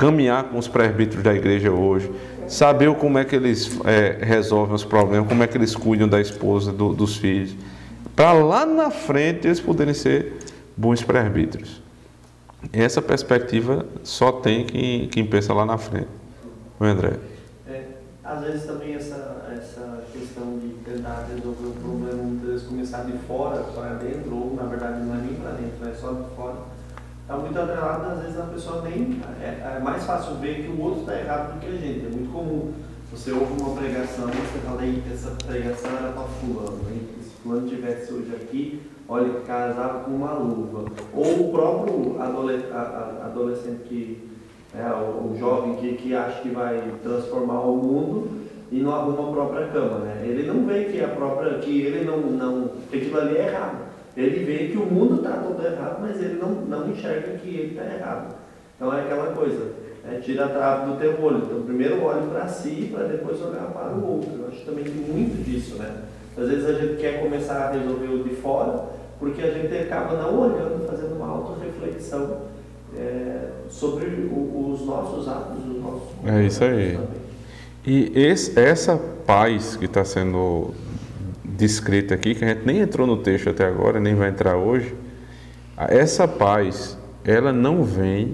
caminhar com os presbíteros da igreja hoje, saber como é que eles resolvem os problemas, como é que eles cuidam da esposa, dos filhos, para lá na frente eles poderem ser bons presbíteros. Essa perspectiva só tem quem pensa lá na frente. O André. Às vezes também essa questão de tentar resolver o problema, muitas vezes começar de fora para dentro, ou na verdade não é nem para dentro, é só de fora, está muito atrelado. Às vezes a pessoa nem... É mais fácil ver que o outro está errado do que a gente. É muito comum. Você ouve uma pregação e você fala, essa pregação era para fulano, hein? Se fulano estivesse hoje aqui, olha, que casava com uma luva. Ou o próprio adolescente o jovem que acha que vai transformar o mundo e não arruma a própria cama, né? Ele não vê que que aquilo ali é errado. Ele vê que o mundo está todo errado, mas ele não enxerga que ele está errado. Então é aquela coisa, tira a trave do teu olho. Então primeiro olhe para si para depois olhar para o outro. Eu acho que também tem muito disso, né? Às vezes a gente quer começar a resolver o de fora, porque a gente acaba não olhando, fazendo uma autorreflexão sobre os nossos atos, os nossos comportamentos. É isso aí. Também. E essa paz que está sendo descrita aqui, que a gente nem entrou no texto até agora, nem vai entrar hoje, essa paz, ela não vem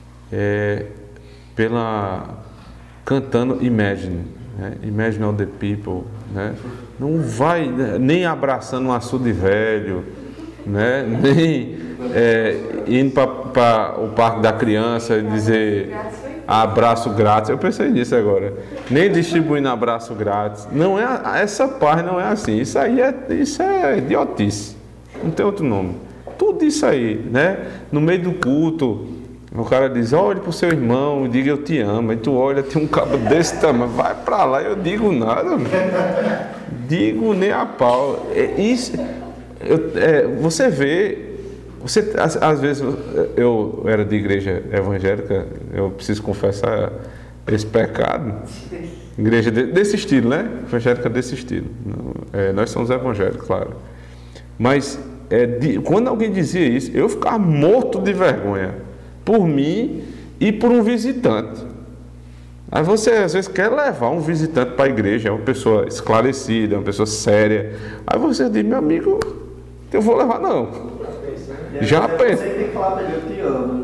cantando Imagine, né? Imagine all the people, né? Não vai nem abraçando um açude velho, né? Nem indo para o parque da criança e dizer abraço grátis. Eu pensei nisso agora. Nem distribuindo abraço grátis. Não é, essa paz não é assim. Isso é idiotice. Não tem outro nome. Tudo isso aí, né? No meio do culto, o cara diz, olhe para o seu irmão, diga eu te amo. Aí tu olha, tem um cabo desse tamanho, vai para lá, eu digo nada, digo nem a pau. Você vê, às vezes eu era de igreja evangélica, eu preciso confessar esse pecado, igreja desse estilo, né? Evangélica desse estilo. Nós somos evangélicos, claro. Mas quando alguém dizia isso, eu ficava morto de vergonha. Por mim e por um visitante. Aí você às vezes quer levar um visitante para a igreja, é uma pessoa esclarecida, é uma pessoa séria. Aí você diz, meu amigo, eu vou levar não. Já pensa. Você tem que falar para ele, eu te amo.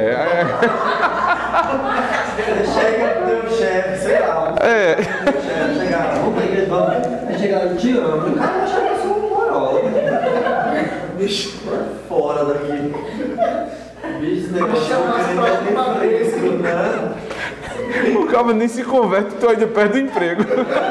Chega pro teu chefe, sei lá. Vai chegar, eu te amo. O cara vai achar que eu sou um morola. Bicho, fora daqui. Bicho, esse negócio é fresco, né? O cara nem se converte, tu ainda perde o emprego.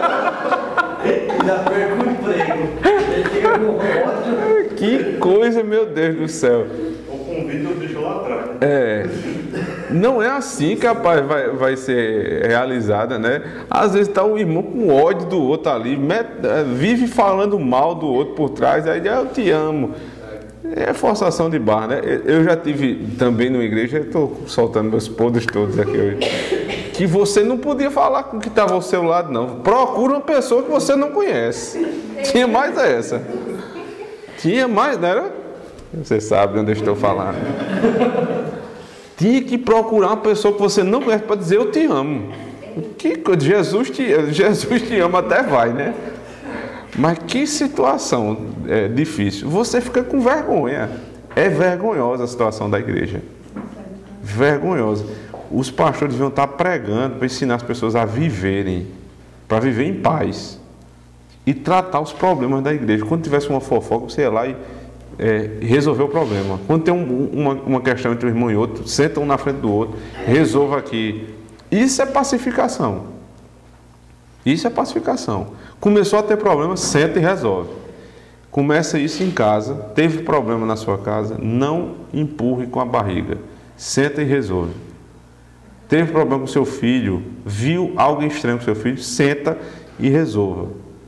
Ainda perco o emprego. Ele fica com ódio. Que coisa, meu Deus do céu. O convite eu deixo lá atrás. Não é assim que a paz vai ser realizada, né? Às vezes está o irmão com ódio do outro ali, vive falando mal do outro por trás, aí eu te amo. É forçação de barra, né? Eu já tive também numa igreja, estou soltando meus podres todos aqui hoje, que você não podia falar com o que estava ao seu lado, não. Procura uma pessoa que você não conhece. Tinha mais essa. Tinha mais, não era? Você sabe de onde eu estou falando. Tinha que procurar uma pessoa que você não conhece para dizer eu te amo. Jesus te ama até vai, né? Mas que situação difícil. Você fica com vergonha. É vergonhosa a situação da igreja. Vergonhosa. Os pastores deviam estar pregando para ensinar as pessoas a viverem, para viver em paz. E tratar os problemas da igreja. Quando tivesse uma fofoca, você ia lá e resolver o problema. Quando tem uma questão entre um irmão e outro, senta um na frente do outro, resolva aqui. Isso é pacificação. Isso é pacificação. Começou a ter problema, senta e resolve. Começa isso em casa, teve problema na sua casa, não empurre com a barriga. Senta e resolve. Teve problema com seu filho, viu algo estranho com seu filho, senta e resolva.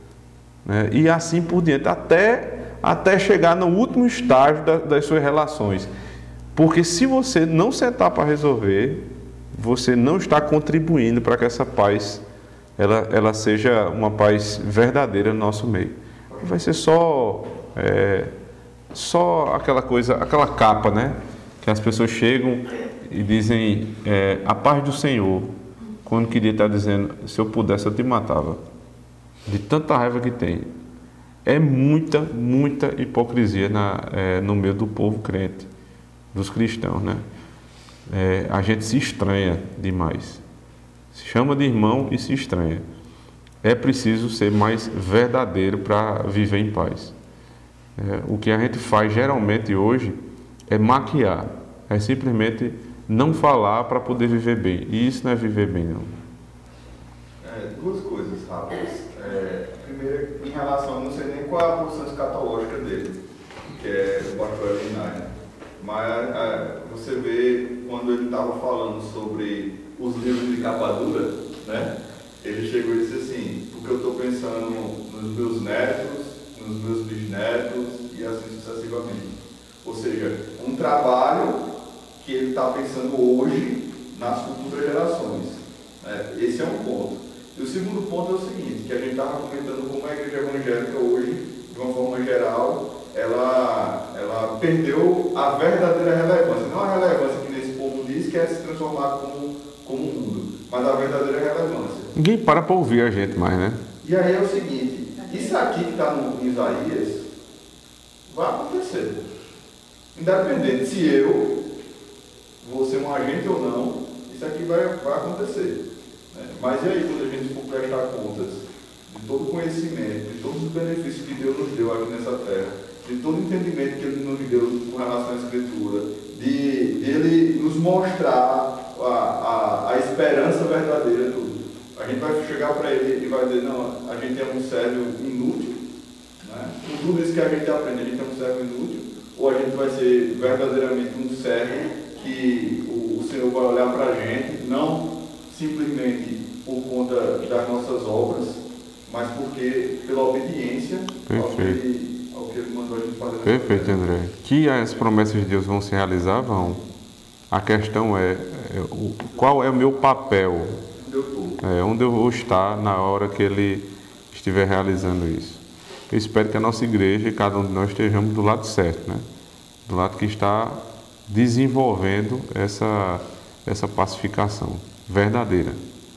E assim por diante, até chegar no último estágio das suas relações. Porque se você não sentar para resolver, você não está contribuindo para que essa paz ela seja uma paz verdadeira no nosso meio. Vai ser só aquela coisa, aquela capa, né? Que as pessoas chegam e dizem a paz do Senhor, quando queria estar dizendo, se eu pudesse eu te matava, de tanta raiva que tem. É muita hipocrisia no meio do povo crente, dos cristãos, né? A gente se estranha demais, se chama de irmão e se estranha. É preciso ser mais verdadeiro para viver em paz. O que a gente faz geralmente hoje é maquiar, é simplesmente não falar para poder viver bem. E isso não é viver bem, não. Duas coisas rápidas. Primeiro, em relação, não sei nem qual é a posição escatológica dele, que é o pastor Elinai, né? Mas você vê, quando ele estava falando sobre os livros de capa dura, né? Ele chegou e disse assim, porque eu estou pensando nos meus netos, nos meus bisnetos e assim sucessivamente. Ou seja, um trabalho que ele está pensando hoje nas futuras gerações. Esse é um ponto. E o segundo ponto é o seguinte, que a gente estava comentando como a igreja evangélica hoje, de uma forma geral, ela perdeu a verdadeira relevância. Não a relevância que nesse povo diz que é se transformar como um mundo, mas a verdadeira relevância. Ninguém para ouvir a gente mais, né? E aí é o seguinte, isso aqui que está no Isaías vai acontecer. Independente se eu vou ser um agente ou não, isso aqui vai acontecer. Mas e aí, quando a gente for prestar contas de todo o conhecimento, de todos os benefícios que Deus nos deu aqui nessa terra, de todo o entendimento que Ele nos deu com relação à Escritura, de Ele nos mostrar a esperança verdadeira, tudo. A gente vai chegar para Ele e vai dizer, não, a gente é um servo inútil, né? Com tudo isso que a gente aprende, a gente é um servo inútil, ou a gente vai ser verdadeiramente um servo que o Senhor vai olhar para a gente, não simplesmente por conta das nossas obras, mas porque pela obediência ao que Ele mandou a gente fazer. Perfeito, André. Que as promessas de Deus vão se realizar, vão. A questão é qual é o meu papel, onde eu vou estar na hora que Ele estiver realizando isso. Eu espero que a nossa igreja e cada um de nós estejamos do lado certo, né? Do lado que está desenvolvendo essa pacificação verdadeira.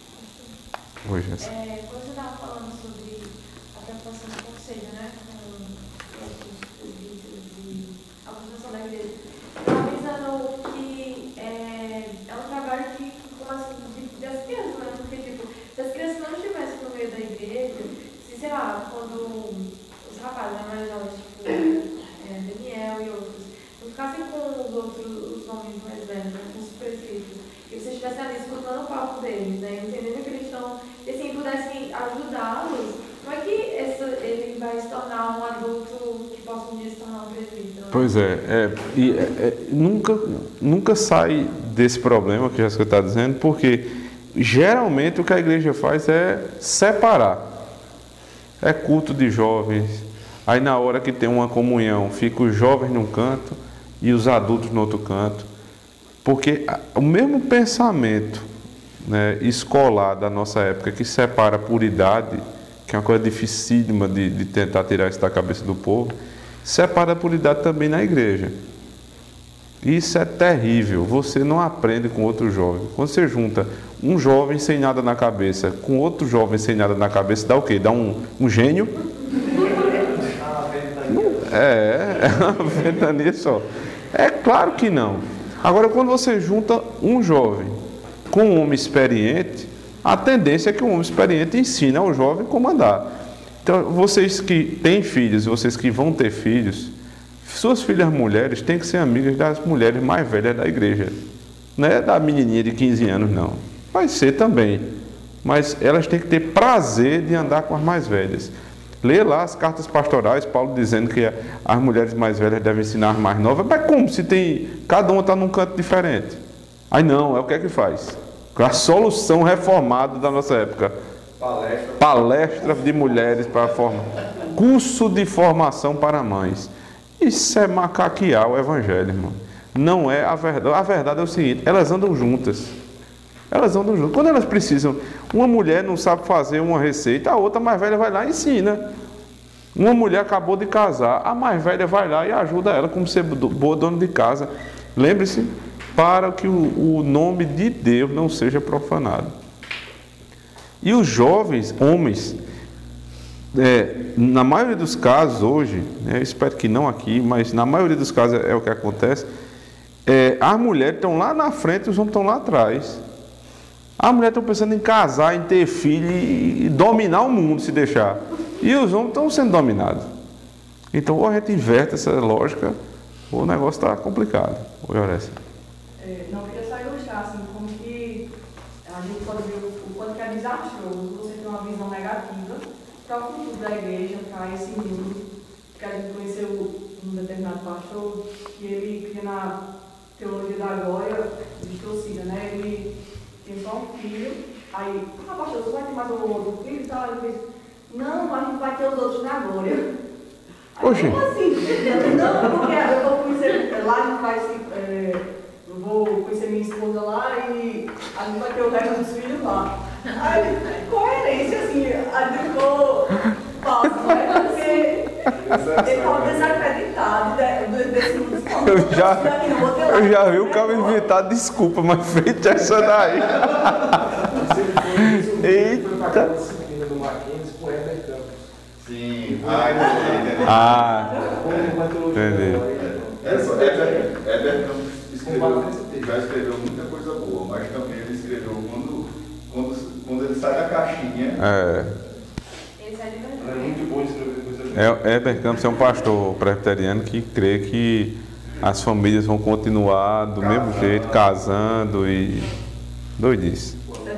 Oi, Jéssica. Quando você estava falando sobre a preocupação do conselho, né, com os presbíteros e a construção da igreja, eu estava pensando que é um trabalho que começa das crianças, né? Porque, tipo, se as crianças não estivessem no meio da igreja, se, sei lá, quando os rapazes, mais novos, tipo, Daniel e outros, não ficassem com os homens mais velhos, né, com os presbíteros, e você estivesse ali escutando o papo deles, né, entendendo que eles estão, e assim, pudessem ajudá-los, como é que ele vai se tornar um adulto que possa um dia se tornar um presbítero? Né? Pois nunca sai desse problema que a Jéssica está dizendo, porque geralmente o que a igreja faz é separar. É culto de jovens, aí na hora que tem uma comunhão, fica os jovens num canto e os adultos no outro canto. Porque o mesmo pensamento, né, escolar da nossa época, que separa por idade, que é uma coisa dificílima de tentar tirar isso da cabeça do povo, separa por idade também na igreja. Isso é terrível. Você não aprende com outro jovem. Quando você junta um jovem sem nada na cabeça com outro jovem sem nada na cabeça, dá o quê? Dá um gênio? É uma ventania só. É claro que não. Agora, quando você junta um jovem com um homem experiente, a tendência é que o homem experiente ensine ao jovem como andar. Então, vocês que têm filhos, vocês que vão ter filhos, suas filhas mulheres têm que ser amigas das mulheres mais velhas da igreja. Não é da menininha de 15 anos, não. Vai ser também. Mas elas têm que ter prazer de andar com as mais velhas. Lê lá as cartas pastorais, Paulo dizendo que as mulheres mais velhas devem ensinar as mais novas. Mas como? Se tem, cada uma está num canto diferente. Aí não, é o que é que faz? A solução reformada da nossa época. Palestra de mulheres para formar. Curso de formação para mães. Isso é macaquear o evangelho, irmão. Não é a verdade. A verdade é o seguinte, elas andam juntas. Elas andam juntas. Quando elas precisam, uma mulher não sabe fazer uma receita, a outra mais velha vai lá e ensina. Uma mulher acabou de casar, a mais velha vai lá e ajuda ela como ser boa dona de casa. Lembre-se para que o nome de Deus não seja profanado. E os jovens, homens, na maioria dos casos hoje, eu espero que não aqui, mas na maioria dos casos é o que acontece, as mulheres estão lá na frente e os homens estão lá atrás. As mulheres estão pensando em casar, em ter filho e dominar o mundo, se deixar. E os homens estão sendo dominados. Então, ou a gente inverte essa lógica, ou o negócio está complicado. Oi, Aurécia. Não, queria só ilustrar, assim, como que a gente pode ver o quanto que é desastroso você ter uma visão negativa para o futuro da igreja, para esse mundo, que a gente conheceu um determinado pastor, que ele cria na teologia da glória distorcida, né? Ele tem só um filho, aí, pastor, você vai ter mais um outro filho? Então, ele diz, não, a gente vai ter os outros na glória. Oxi. Como assim? Não, porque eu vou conhecer lá, a gente vai se... eu vou conhecer minha esposa lá e a gente vai ter o resto dos filhos lá. Aí, coerência, assim, a gente ficou falso, né? Porque ele estava desacreditado desse mundo. Eu já vi o cara inventar desculpa, mas feita essa daí. Eita! Disciplina do Mackenzie com Heber Campos. Sim, Entendi. Heber Campos já escreveu muita coisa boa, mas também ele escreveu quando ele sai da caixinha. É muito bom escrever coisa boa. Heber Campos é um pastor presbiteriano que crê que as famílias vão continuar do mesmo jeito, casando e doidice.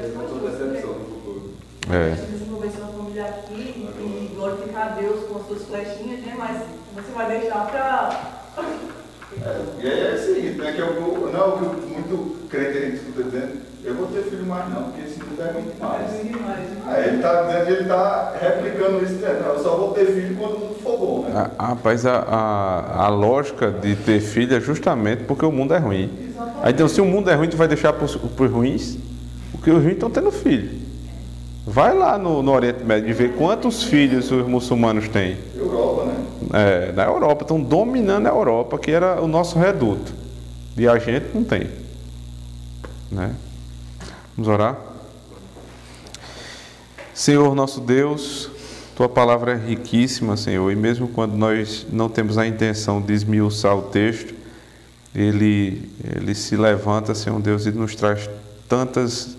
Desenvolver sua família aqui e glorificar a Deus com as suas flechinhas, né? Mas você vai deixar para... E aí é o seguinte, né? Que muito crente a gente escuta dizendo, eu vou ter filho mais não, porque esse mundo é muito mais. Aí ele está dizendo que ele está replicando isso, dizendo, eu só vou ter filho quando o mundo for bom, né? Rapaz, a lógica de ter filho é justamente porque o mundo é ruim. Aí, então, se o mundo é ruim, tu vai deixar para os ruins? Porque os ruins estão tendo filho. Vai lá no Oriente Médio e vê quantos filhos os muçulmanos têm. Europa, né? Na Europa, estão dominando a Europa, que era o nosso reduto. E a gente não tem. Né? Vamos orar? Senhor nosso Deus, Tua palavra é riquíssima, Senhor, e mesmo quando nós não temos a intenção de esmiuçar o texto, ele se levanta, Senhor Deus, e nos traz tantos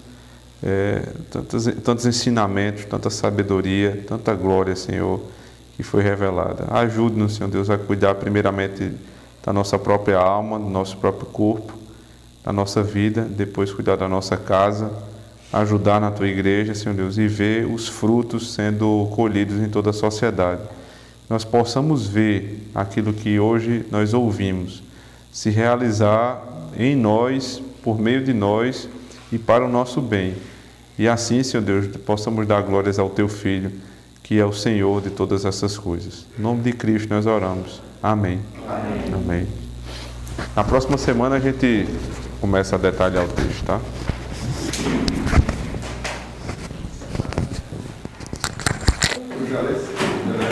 ensinamentos, tanta sabedoria, tanta glória, Senhor, que foi revelada. Ajude-nos, Senhor Deus, a cuidar primeiramente da nossa própria alma, do nosso próprio corpo, da nossa vida, depois cuidar da nossa casa, ajudar na Tua igreja, Senhor Deus, e ver os frutos sendo colhidos em toda a sociedade. Nós possamos ver aquilo que hoje nós ouvimos se realizar em nós, por meio de nós e para o nosso bem. E assim, Senhor Deus, possamos dar glórias ao Teu Filho, que é o Senhor de todas essas coisas. Em nome de Cristo nós oramos. Amém. Amém. Na próxima semana a gente começa a detalhar o texto, tá?